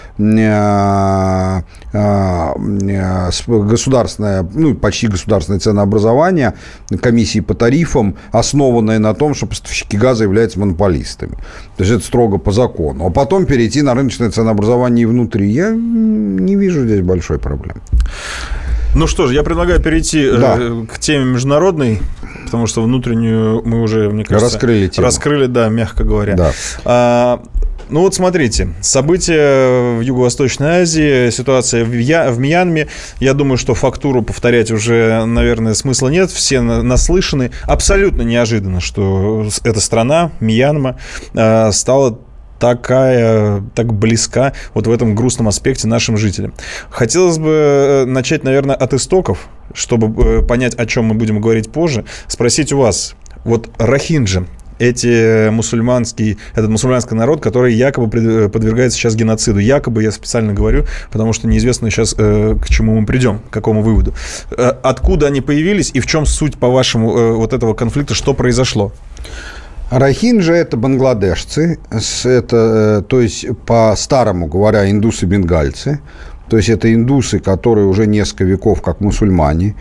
государственное, ну, почти государственное ценообразование, комиссии по тарифам, основанное на том, что поставщики газа являются монополистами. То есть это строго по закону. А потом перейти на рыночное ценообразование и внутри. Я не вижу здесь большой проблемы. Ну что ж, я предлагаю перейти да. э, к теме международной, потому что внутреннюю мы уже, мне кажется, раскрыли тему. Раскрыли, да, мягко говоря. Да. А, ну вот смотрите, события в Юго-Восточной Азии, ситуация в, Я, в Мьянме, я думаю, что фактуру повторять уже, наверное, смысла нет, все наслышаны. Абсолютно неожиданно, что эта страна, Мьянма, э, стала такая, так близка вот в этом грустном аспекте нашим жителям. Хотелось бы начать, наверное, от истоков, чтобы понять, о чем мы будем говорить позже. Спросить у вас, вот рохинджи, эти мусульманский, этот мусульманский народ, который якобы подвергается сейчас геноциду. Якобы, я специально говорю, потому что неизвестно сейчас, к чему мы придем, к какому выводу. Откуда они появились и в чем суть, по-вашему, вот этого конфликта, что произошло? Рохинджи – это бангладешцы, это, то есть, по-старому говоря, индусы-бенгальцы, то есть, это индусы, которые уже несколько веков как мусульмане,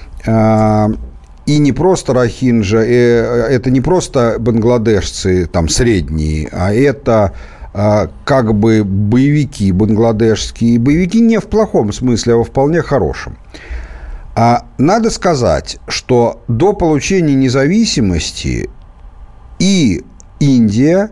и не просто рохинджи, это не просто бангладешцы там средние, а это как бы боевики бангладешские, боевики не в плохом смысле, а во вполне хорошем. Надо сказать, что до получения независимости и Индия,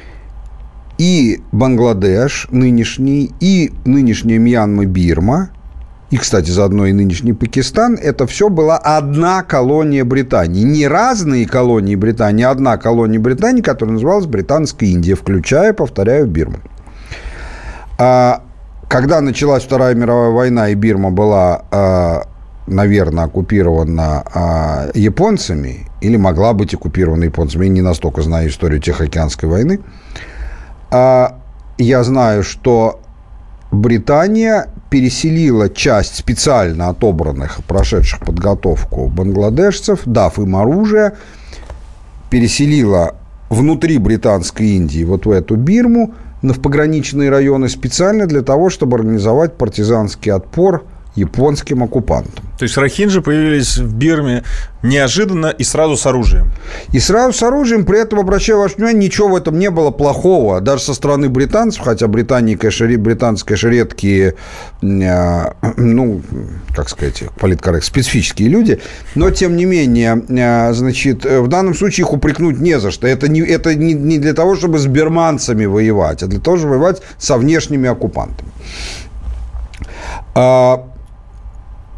и Бангладеш нынешний, и нынешняя Мьянма, Бирма, и, кстати, заодно и нынешний Пакистан, это все была одна колония Британии. Не разные колонии Британии, а одна колония Британии, которая называлась Британская Индия, включая, повторяю, Бирму. А когда началась Вторая мировая война, и Бирма была, наверное, оккупирована а, японцами, или могла быть оккупирована японцами, я не настолько знаю историю Тихоокеанской войны, а, я знаю, что Британия переселила часть специально отобранных, прошедших подготовку бангладешцев, дав им оружие, переселила внутри Британской Индии, вот в эту Бирму, в пограничные районы специально для того, чтобы организовать партизанский отпор японским оккупантам. То есть рохинджи появились в Бирме неожиданно и сразу с оружием. И сразу с оружием, при этом, обращаю ваше внимание, ничего в этом не было плохого. Даже со стороны британцев, хотя Британии, конечно, британцы, конечно, редкие, ну, как сказать, политкорректные, специфические люди, но, тем не менее, значит, в данном случае их упрекнуть не за что. Это не, это не, не для того, чтобы с бирманцами воевать, а для того, чтобы воевать со внешними оккупантами.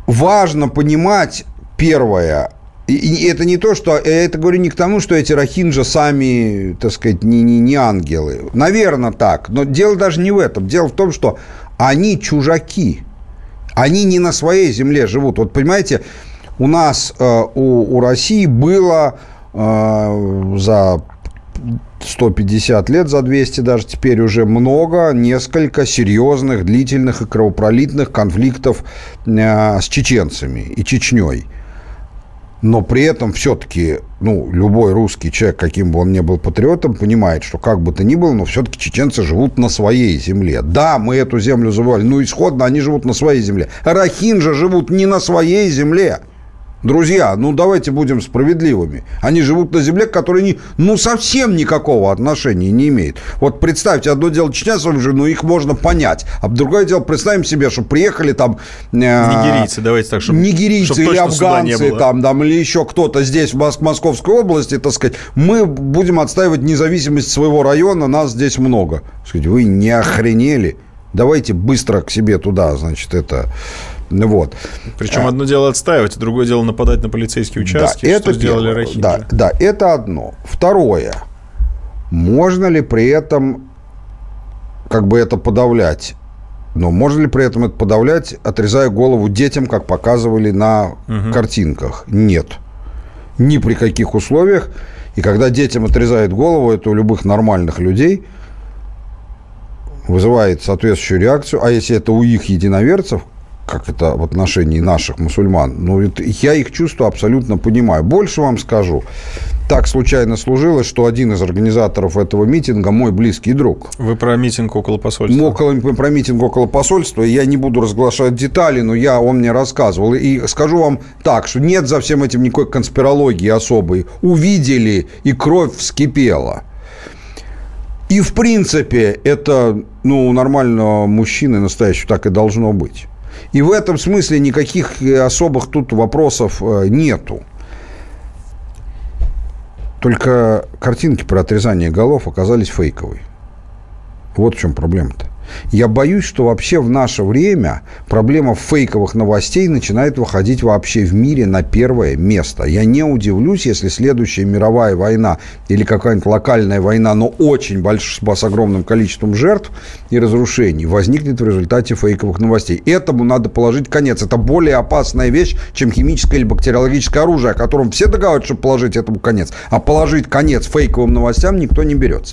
важно понимать, первое, и это не то, что... Я это говорю не к тому, что эти рохинджи сами, так сказать, не, не, не ангелы. Наверное, так. Но дело даже не в этом. Дело в том, что они чужаки. Они не на своей земле живут. Вот, понимаете, у нас, э, у, у России было э, за сто пятьдесят лет, за двести даже теперь уже много, несколько серьезных, длительных и кровопролитных конфликтов э, с чеченцами и Чечней. Но при этом все-таки, ну, любой русский человек, каким бы он ни был патриотом, понимает, что как бы то ни было, но все-таки чеченцы живут на своей земле. Да, мы эту землю завоевали, но исходно они живут на своей земле. Рохинджи живут не на своей земле. Друзья, ну давайте будем справедливыми. Они живут на земле, которая не, ну совсем никакого отношения не имеет. Вот представьте, одно дело чеченцев же, ну их можно понять. А другое дело, представим себе, что приехали там... Э, нигерийцы, давайте так, чтобы... Нигерийцы чтобы или афганцы, там, там, или еще кто-то здесь, в Моск- Московской области, так сказать, мы будем отстаивать независимость своего района, нас здесь много. Сказать, вы не охренели? Давайте быстро к себе туда, значит, это... Вот. Причем одно дело отстаивать, а другое дело нападать на полицейские участки, да, что это сделали рохинджи. Да, да, это одно. Второе. Можно ли при этом как бы это подавлять? Но можно ли при этом это подавлять, отрезая голову детям, как показывали на угу. картинках? Нет. Ни при каких условиях. И когда детям отрезают голову, это у любых нормальных людей вызывает соответствующую реакцию. А если это у их единоверцев, как это в отношении наших мусульман, ну, это, я их чувства абсолютно понимаю. Больше вам скажу. Так случайно сложилось, что один из организаторов этого митинга мой близкий друг. Вы про митинг около посольства? Около, про митинг около посольства. Я не буду разглашать детали, но я, он мне рассказывал. И скажу вам так, что нет за всем этим никакой конспирологии особой. Увидели, и кровь вскипела. И, в принципе, это, ну, у нормального мужчины настоящего так и должно быть. И в этом смысле никаких особых тут вопросов нету. Только картинки про отрезание голов оказались фейковые. Вот в чем проблема-то. Я боюсь, что вообще в наше время проблема фейковых новостей начинает выходить вообще в мире на первое место. Я не удивлюсь, если следующая мировая война или какая-нибудь локальная война, но очень большая, с огромным количеством жертв и разрушений, возникнет в результате фейковых новостей. Этому надо положить конец. Это более опасная вещь, чем химическое или бактериологическое оружие, о котором все договариваются, чтобы положить этому конец. А положить конец фейковым новостям никто не берется.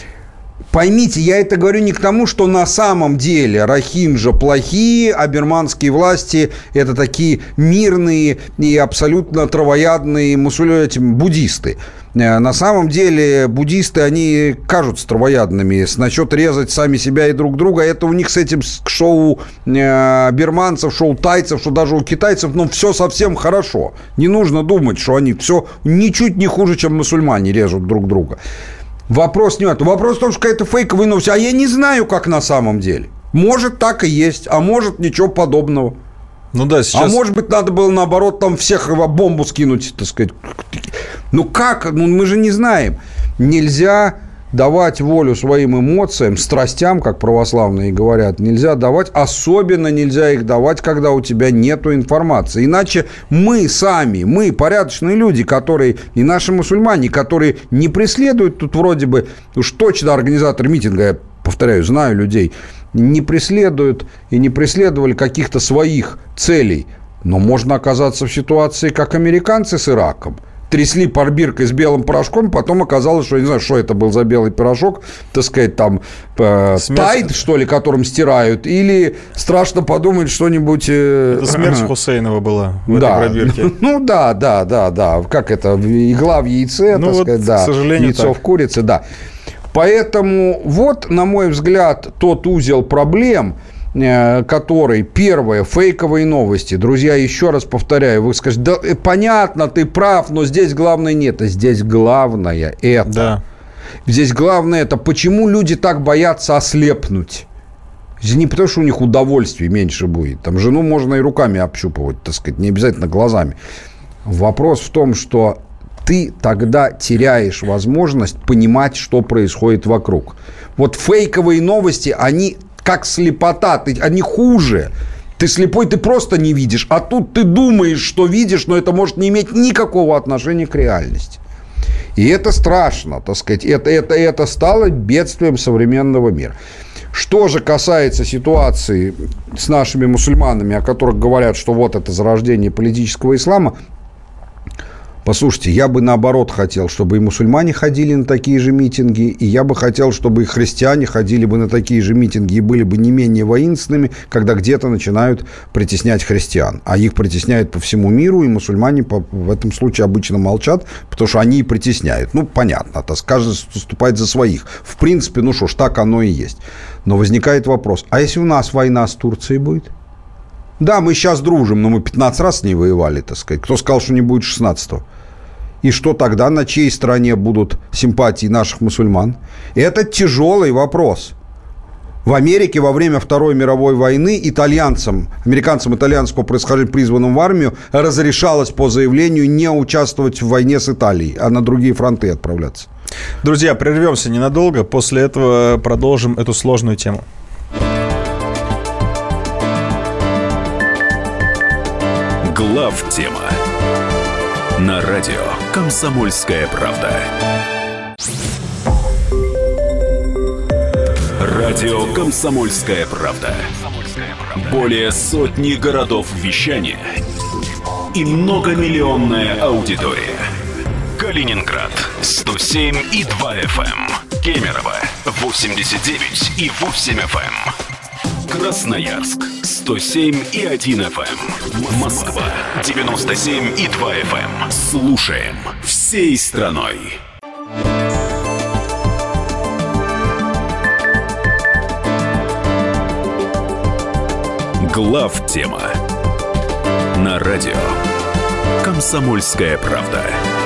Поймите, я это говорю не к тому, что на самом деле рохинджи плохие, а бирманские власти это такие мирные и абсолютно травоядные мусульмане, буддисты. На самом деле буддисты, они кажутся травоядными. Насчет резать сами себя и друг друга, это у них с этим шоу бирманцев, шоу тайцев, что даже у китайцев, ну, все совсем хорошо. Не нужно думать, что они все ничуть не хуже, чем мусульмане режут друг друга. Вопрос не в этом. Вопрос в том, что какая-то фейковая новость. А я не знаю, как на самом деле. Может, так и есть, а может, ничего подобного. Ну да, сейчас... А может быть, надо было, наоборот, там всех бомбу скинуть, так сказать. Ну как? Ну мы же не знаем. Нельзя давать волю своим эмоциям, страстям, как православные говорят, нельзя давать. Особенно нельзя их давать, когда у тебя нету информации. Иначе мы сами, мы порядочные люди, которые, и наши мусульмане, которые не преследуют тут вроде бы, уж точно организаторы митинга, я повторяю, знаю людей, не преследуют и не преследовали каких-то своих целей. Но можно оказаться в ситуации, как американцы с Ираком. Трясли пробиркой с белым порошком, потом оказалось, что я не знаю, что это был за белый порошок, так сказать, там э, тайд, что ли, которым стирают, или страшно подумать что-нибудь... Э, это смерть Хусейнова была в да. этой пробирке. Ну да, да, да, да, как это, игла в яйце, ну, так вот, сказать, да, к сожалению, яйцо так. в курице, да. Поэтому вот, на мой взгляд, тот узел проблем, который, первое, фейковые новости. Друзья, еще раз повторяю, вы скажете, да понятно, ты прав, но здесь главное нет. Здесь главное это. Да. Здесь главное это, почему люди так боятся ослепнуть. Не потому, что у них удовольствия меньше будет. Там жену можно и руками общупывать, так сказать, не обязательно глазами. Вопрос в том, что ты тогда теряешь возможность понимать, что происходит вокруг. Вот фейковые новости, они... как слепота, ты, они хуже. Ты слепой, ты просто не видишь. А тут ты думаешь, что видишь, но это может не иметь никакого отношения к реальности. И это страшно, так сказать. Это, это, это стало бедствием современного мира. Что же касается ситуации с нашими мусульманами, о которых говорят, что вот это зарождение политического ислама, послушайте, я бы наоборот хотел, чтобы и мусульмане ходили на такие же митинги, и я бы хотел, чтобы и христиане ходили бы на такие же митинги и были бы не менее воинственными, когда где-то начинают притеснять христиан. А их притесняют по всему миру, и мусульмане в этом случае обычно молчат, потому что они и притесняют. Ну, понятно, то каждый выступает за своих. В принципе, ну что ж, так оно и есть. Но возникает вопрос, а если у нас война с Турцией будет? Да, мы сейчас дружим, но мы пятнадцать раз с ней воевали, так сказать. Кто сказал, что не будет шестнадцатого? И что тогда, на чьей стороне будут симпатии наших мусульман? Это тяжелый вопрос. В Америке во время Второй мировой войны итальянцам, американцам итальянского происхождения, призванным в армию, разрешалось по заявлению не участвовать в войне с Италией, а на другие фронты отправляться. Друзья, прервемся ненадолго. После этого продолжим эту сложную тему. Главтема на радио «Комсомольская правда». Радио «Комсомольская правда». Более сотни городов вещания и многомиллионная аудитория. Калининград сто семь и два эф эм, Кемерово восемьдесят девять и восемь эф эм, Красноярск сто семь и один эф эм, Москва девяносто семь и два эф эм. Слушаем всей страной. Главтема на радио «Комсомольская правда».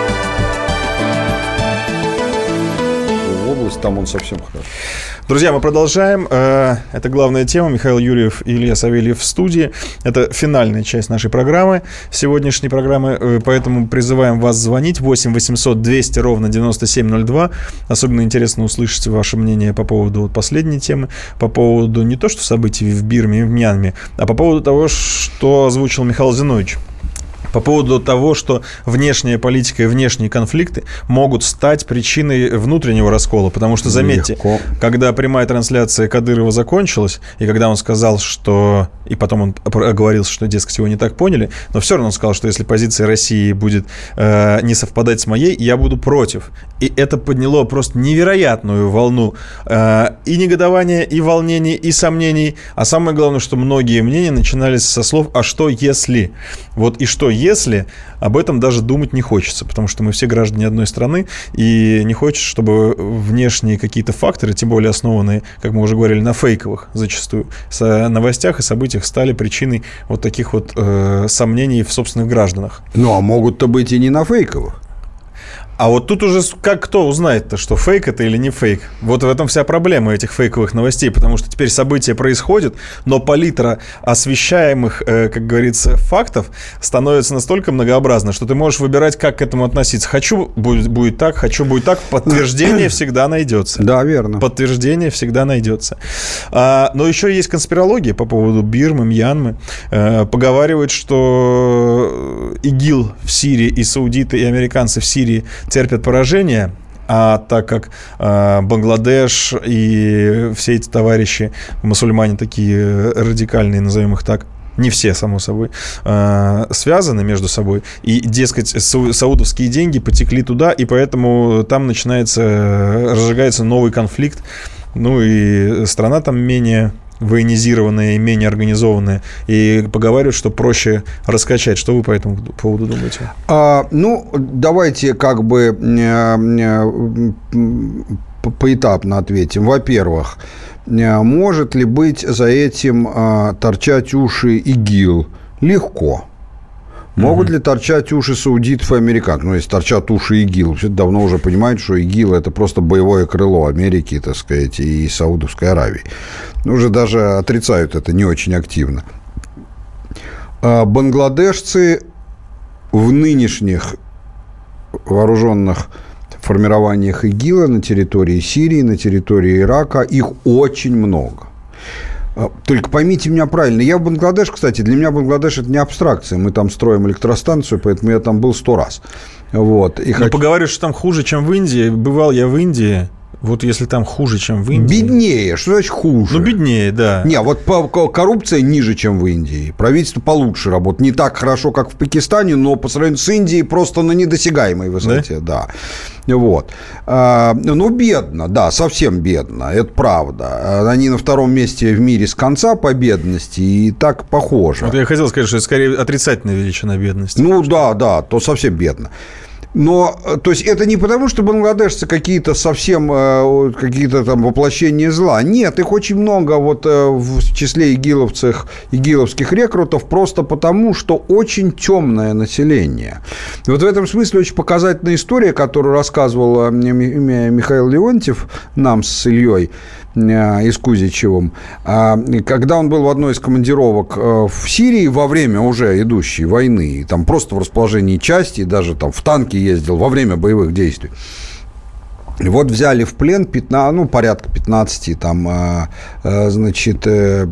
Область, там он совсем хорошо. Друзья, мы продолжаем. Это главная тема. Михаил Юрьев и Илья Савельев в студии. Это финальная часть нашей программы, сегодняшней программы. Поэтому призываем вас звонить. восемь восемьсот двести ровно девяносто семь ноль два. Особенно интересно услышать ваше мнение по поводу вот последней темы. По поводу не то, что событий в Бирме и в Мьянме, а по поводу того, что озвучил Михаил Зинович. По поводу того, что внешняя политика и внешние конфликты могут стать причиной внутреннего раскола. Потому что, заметьте, Легко. когда прямая трансляция Кадырова закончилась, и когда он сказал, что... И потом он оговорился, что, дескать, его не так поняли, но все равно он сказал, что если позиция России будет э, не совпадать с моей, я буду против. И это подняло просто невероятную волну э, и негодования, и волнений, и сомнений. А самое главное, что многие мнения начинались со слов «а что если?». Вот и что если, об этом даже думать не хочется, потому что мы все граждане одной страны, и не хочется, чтобы внешние какие-то факторы, тем более основанные, как мы уже говорили, на фейковых зачастую новостях и событиях, стали причиной вот таких вот э, сомнений в собственных гражданах. Ну, а могут-то быть и не на фейковых. А вот тут уже как кто узнает-то, что фейк это или не фейк? Вот в этом вся проблема этих фейковых новостей, потому что теперь события происходят, но палитра освещаемых, э, как говорится, фактов становится настолько многообразна, что ты можешь выбирать, как к этому относиться. Хочу, будет, будет так, хочу, будет так. Подтверждение всегда найдется. Да, верно. Подтверждение всегда найдется. А, но еще есть конспирология по поводу Бирмы, Мьянмы. Э, поговаривают, что ИГИЛ в Сирии и саудиты, и американцы в Сирии терпят поражение, а так как э, Бангладеш и все эти товарищи, мусульмане такие радикальные, назовем их так, не все, само собой, э, связаны между собой, и, дескать, саудовские деньги потекли туда, и поэтому там начинается, разжигается новый конфликт, ну и страна там менее... военизированные и менее организованные, и поговаривают, что проще раскачать. Что вы по этому поводу думаете? А, ну, давайте как бы поэтапно ответим. Во-первых, может ли быть за этим торчать уши ИГИЛ? Легко. Могут mm-hmm. ли торчать уши саудитов и американцев? Ну, если торчат уши ИГИЛ, все давно уже понимают, что ИГИЛ – это просто боевое крыло Америки, так сказать, и Саудовской Аравии. Уже даже отрицают это не очень активно. А бангладешцы в нынешних вооруженных формированиях ИГИЛа на территории Сирии, на территории Ирака, их очень много. Только поймите меня правильно. Я в Бангладеш, кстати, для меня Бангладеш – это не абстракция. Мы там строим электростанцию, поэтому я там был сто раз. Вот. И ну, хочу... поговоришь, что там хуже, чем в Индии. Бывал я в Индии. Вот если там хуже, чем в Индии... Беднее. Что значит хуже? Ну, беднее, да. Не, вот коррупция ниже, чем в Индии. Правительство получше работает. Не так хорошо, как в Пакистане, но по сравнению с Индией просто на недосягаемой высоте. Да? Да. Вот. А, ну, бедно, да, совсем бедно. Это правда. Они на втором месте в мире с конца по бедности, и так похоже. Вот я хотел сказать, что это скорее отрицательная величина бедности. Ну, да, да, то совсем бедно. Но, то есть, это не потому, что бангладешцы какие-то совсем, какие-то там воплощения зла. Нет, их очень много вот в числе игиловцев, игиловских рекрутов, просто потому, что очень темное население. И вот в этом смысле очень показательная история, которую рассказывал Михаил Леонтьев нам с Ильей из Кузичевым, когда он был в одной из командировок в Сирии во время уже идущей войны, там просто в расположении части, даже там в танке ездил во время боевых действий. И вот взяли в плен пятнадцать, ну, порядка пятнадцати там, значит,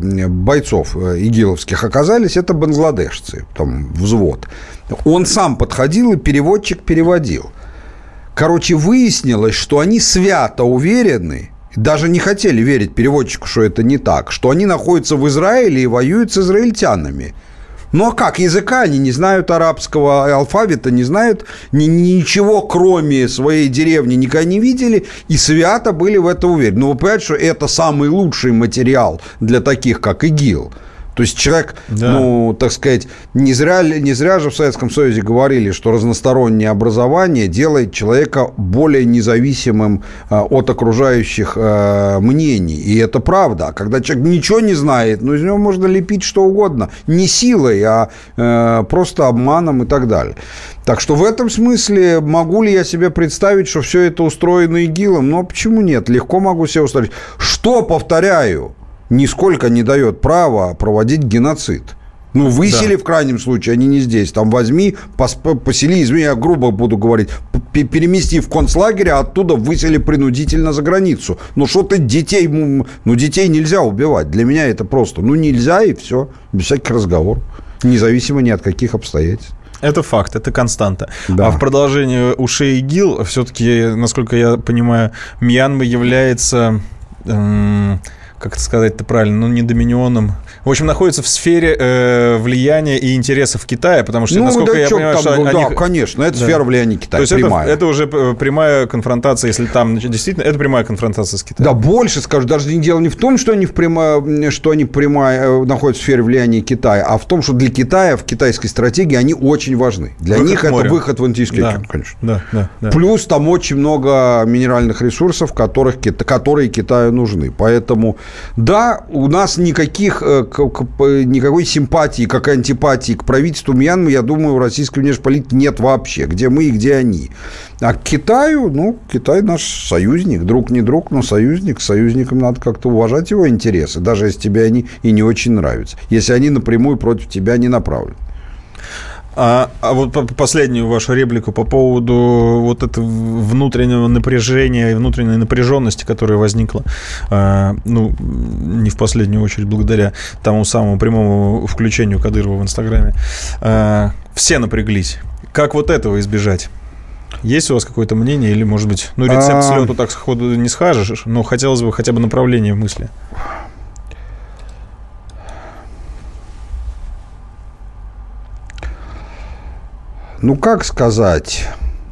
бойцов игиловских оказались, это бангладешцы, там взвод. Он сам подходил и переводчик переводил. Короче, выяснилось, что они свято уверены, даже не хотели верить переводчику, что это не так, что они находятся в Израиле и воюют с израильтянами. Ну, а как? Языка они не знают, арабского алфавита не знают, ни, ничего, кроме своей деревни, никогда не видели, и свято были в это уверены. Но вы понимаете, что это самый лучший материал для таких, как ИГИЛ. То есть человек, да. ну, так сказать, не зря, не зря же в Советском Союзе говорили, что разностороннее образование делает человека более независимым э, от окружающих э, мнений. И это правда. А когда человек ничего не знает, ну, из него можно лепить что угодно. Не силой, а э, просто обманом и так далее. Так что в этом смысле могу ли я себе представить, что все это устроено ИГИЛом? Ну, почему нет? Легко могу себе устроить. Что, повторяю, нисколько не дает права проводить геноцид. Ну, высели, да. В крайнем случае, они не здесь. Там возьми, посели, извини, я грубо буду говорить, перемести в концлагерь, а оттуда высели принудительно за границу. Ну, что ты детей... Ну, детей нельзя убивать. Для меня это просто... Ну, нельзя, и все. Без всяких разговоров. Независимо ни от каких обстоятельств. Это факт, это константа. Да. А в продолжении ушей ИГИЛ, все-таки, насколько я понимаю, Мьянма является... Эм... как это сказать-то правильно, ну, не доминионом. В общем, находится в сфере э, влияния и интересов Китая, потому что, ну, насколько да, я понимаю, там, что... Да, они... конечно, это да. сфера влияния Китая, то есть прямая. Это, это уже прямая конфронтация, если там действительно... Это прямая конфронтация с Китаем. Да, больше скажу. Даже дело не в том, что они, в прямо, что они прямая, находятся в сфере влияния Китая, а в том, что для Китая, в китайской стратегии, они очень важны. Для выход них это выход в Индийский океан, да. конечно. Да, да, да. Плюс там очень много минеральных ресурсов, которых, которые Китаю нужны. Поэтому, да, у нас никаких, никакой симпатии, как антипатии к правительству Мьянмы, я думаю, в российской внешнеполитике нет вообще. Где мы и где они. А к Китаю, ну, Китай наш союзник. Друг не друг, но союзник. С союзником надо как-то уважать его интересы, даже если тебе они и не очень нравятся. Если они напрямую против тебя не направлены. А, а вот последнюю вашу реплику по поводу вот этого внутреннего напряжения и внутренней напряженности, которая возникла, а, ну, не в последнюю очередь благодаря тому самому прямому включению Кадырова в Инстаграме. А, все напряглись. Как вот этого избежать? Есть у вас какое-то мнение или, может быть, ну, рецепт с лету так сходу не скажешь, но хотелось бы хотя бы направление в мысли? Ну, как сказать?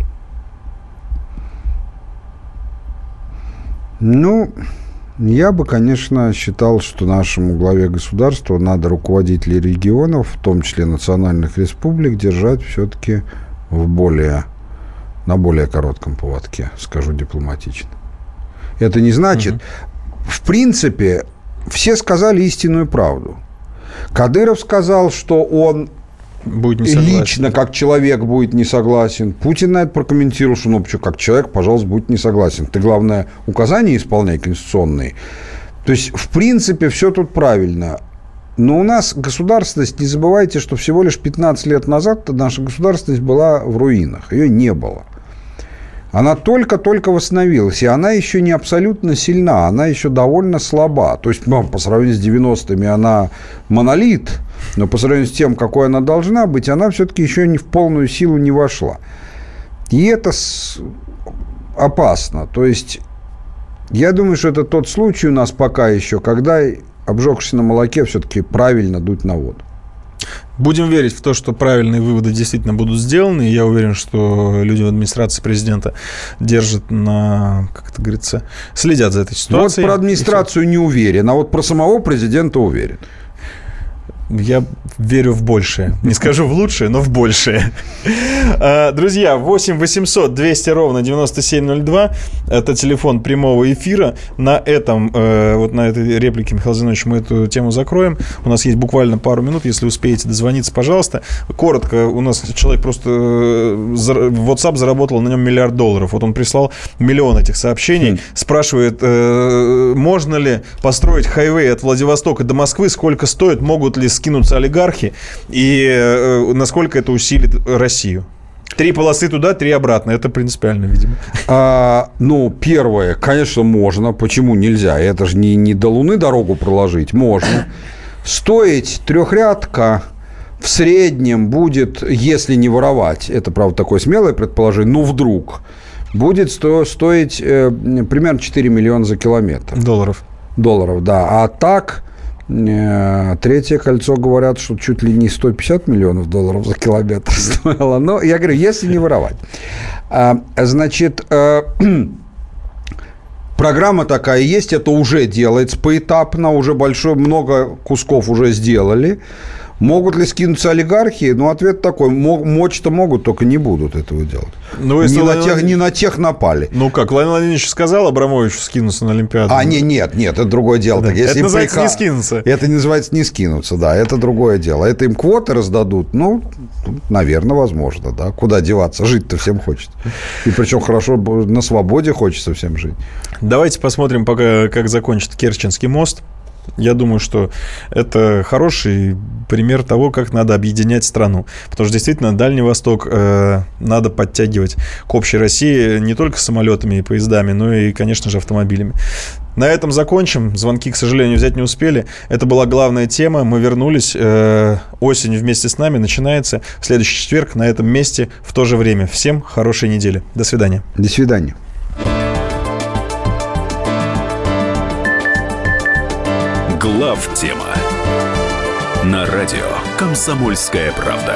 Ну, я бы, конечно, считал, что нашему главе государства надо руководителей регионов, в том числе национальных республик, держать все-таки в более, на более коротком поводке, скажу дипломатично. Это не значит... Угу. В принципе, все сказали истинную правду. Кадыров сказал, что он... Будет не лично, как человек, будет не согласен. Путин на это прокомментировал, что, ну, как человек, пожалуйста, будет не согласен. Ты, главное, указания исполняй конституционные. То есть, в принципе, все тут правильно. Но у нас государственность, не забывайте, что всего лишь пятнадцать лет назад наша государственность была в руинах. Ее не было. Она только-только восстановилась, и она еще не абсолютно сильна, она еще довольно слаба. То есть, ну, по сравнению с девяностыми она монолит, но по сравнению с тем, какой она должна быть, она все-таки еще не в полную силу не вошла. И это опасно. То есть, я думаю, что это тот случай у нас пока еще, когда, обжегшись на молоке, все-таки правильно дуть на воду. Будем верить в то, что правильные выводы действительно будут сделаны. И я уверен, что люди в администрации президента держат на, как это говорится, следят за этой ситуацией. Вот про администрацию не уверен, а вот про самого президента уверен. Я верю в большее. Не скажу в лучшее, но в большее. Друзья, восемь восемьсот двести ровно девяносто семь ноль два. Это телефон прямого эфира. На этом, вот на этой реплике, Михаил Зинович, мы эту тему закроем. У нас есть буквально пару минут. Если успеете дозвониться, пожалуйста. Коротко, у нас человек просто в WhatsApp заработал на нем миллиард долларов. Вот он прислал миллион этих сообщений. Mm. Спрашивает, можно ли построить хайвей от Владивостока до Москвы, сколько стоит, могут ли скинутся олигархи и э, насколько это усилит Россию. Три полосы туда, три обратно. Это принципиально, видимо. А, ну, первое, конечно, можно. Почему нельзя? Это же не, не до Луны дорогу проложить. Можно. Стоить трехрядка в среднем будет, если не воровать, это, правда, такое смелое предположение, но вдруг, будет сто, стоить э, примерно четыре миллиона за километр. Долларов. Долларов, да. А так... Третье кольцо, говорят, что чуть ли не сто пятьдесят миллионов долларов за километр стоило. Но я говорю, если не воровать. Значит, программа такая есть, это уже делается поэтапно, уже большое, много кусков уже сделали. Могут ли скинуться олигархи? Ну, ответ такой. Мочь-то могут, только не будут этого делать. Ну, не, на тех, не на тех напали. Ну, как Владимир Владимирович сказал Абрамовичу скинуться на Олимпиаду. А, не, нет, нет, это другое дело. Да. Если это называется приказ... не скинуться. Это называется не скинуться, да, это другое дело. Это им квоты раздадут, ну, наверное, возможно, да. Куда деваться? Жить-то всем хочется. И причем хорошо, на свободе хочется всем жить. Давайте посмотрим, пока как закончит Керченский мост. Я думаю, что это хороший пример того, как надо объединять страну. Потому что действительно Дальний Восток э, надо подтягивать к общей России не только самолетами и поездами, но и, конечно же, автомобилями. На этом закончим. Звонки, к сожалению, взять не успели. Это была главная тема. Мы вернулись. Э, осень вместе с нами начинается в следующий четверг на этом месте в то же время. Всем хорошей недели. До свидания. До свидания. Глав тема на радио «Комсомольская правда».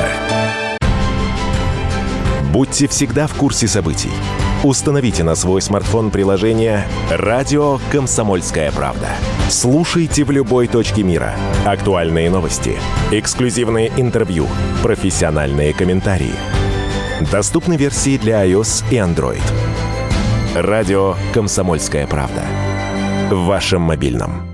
Будьте всегда в курсе событий. Установите на свой смартфон приложение «Радио Комсомольская правда». Слушайте в любой точке мира. Актуальные новости, эксклюзивные интервью, профессиональные комментарии. Доступны версии для iOS и Android. «Радио Комсомольская правда». В вашем мобильном.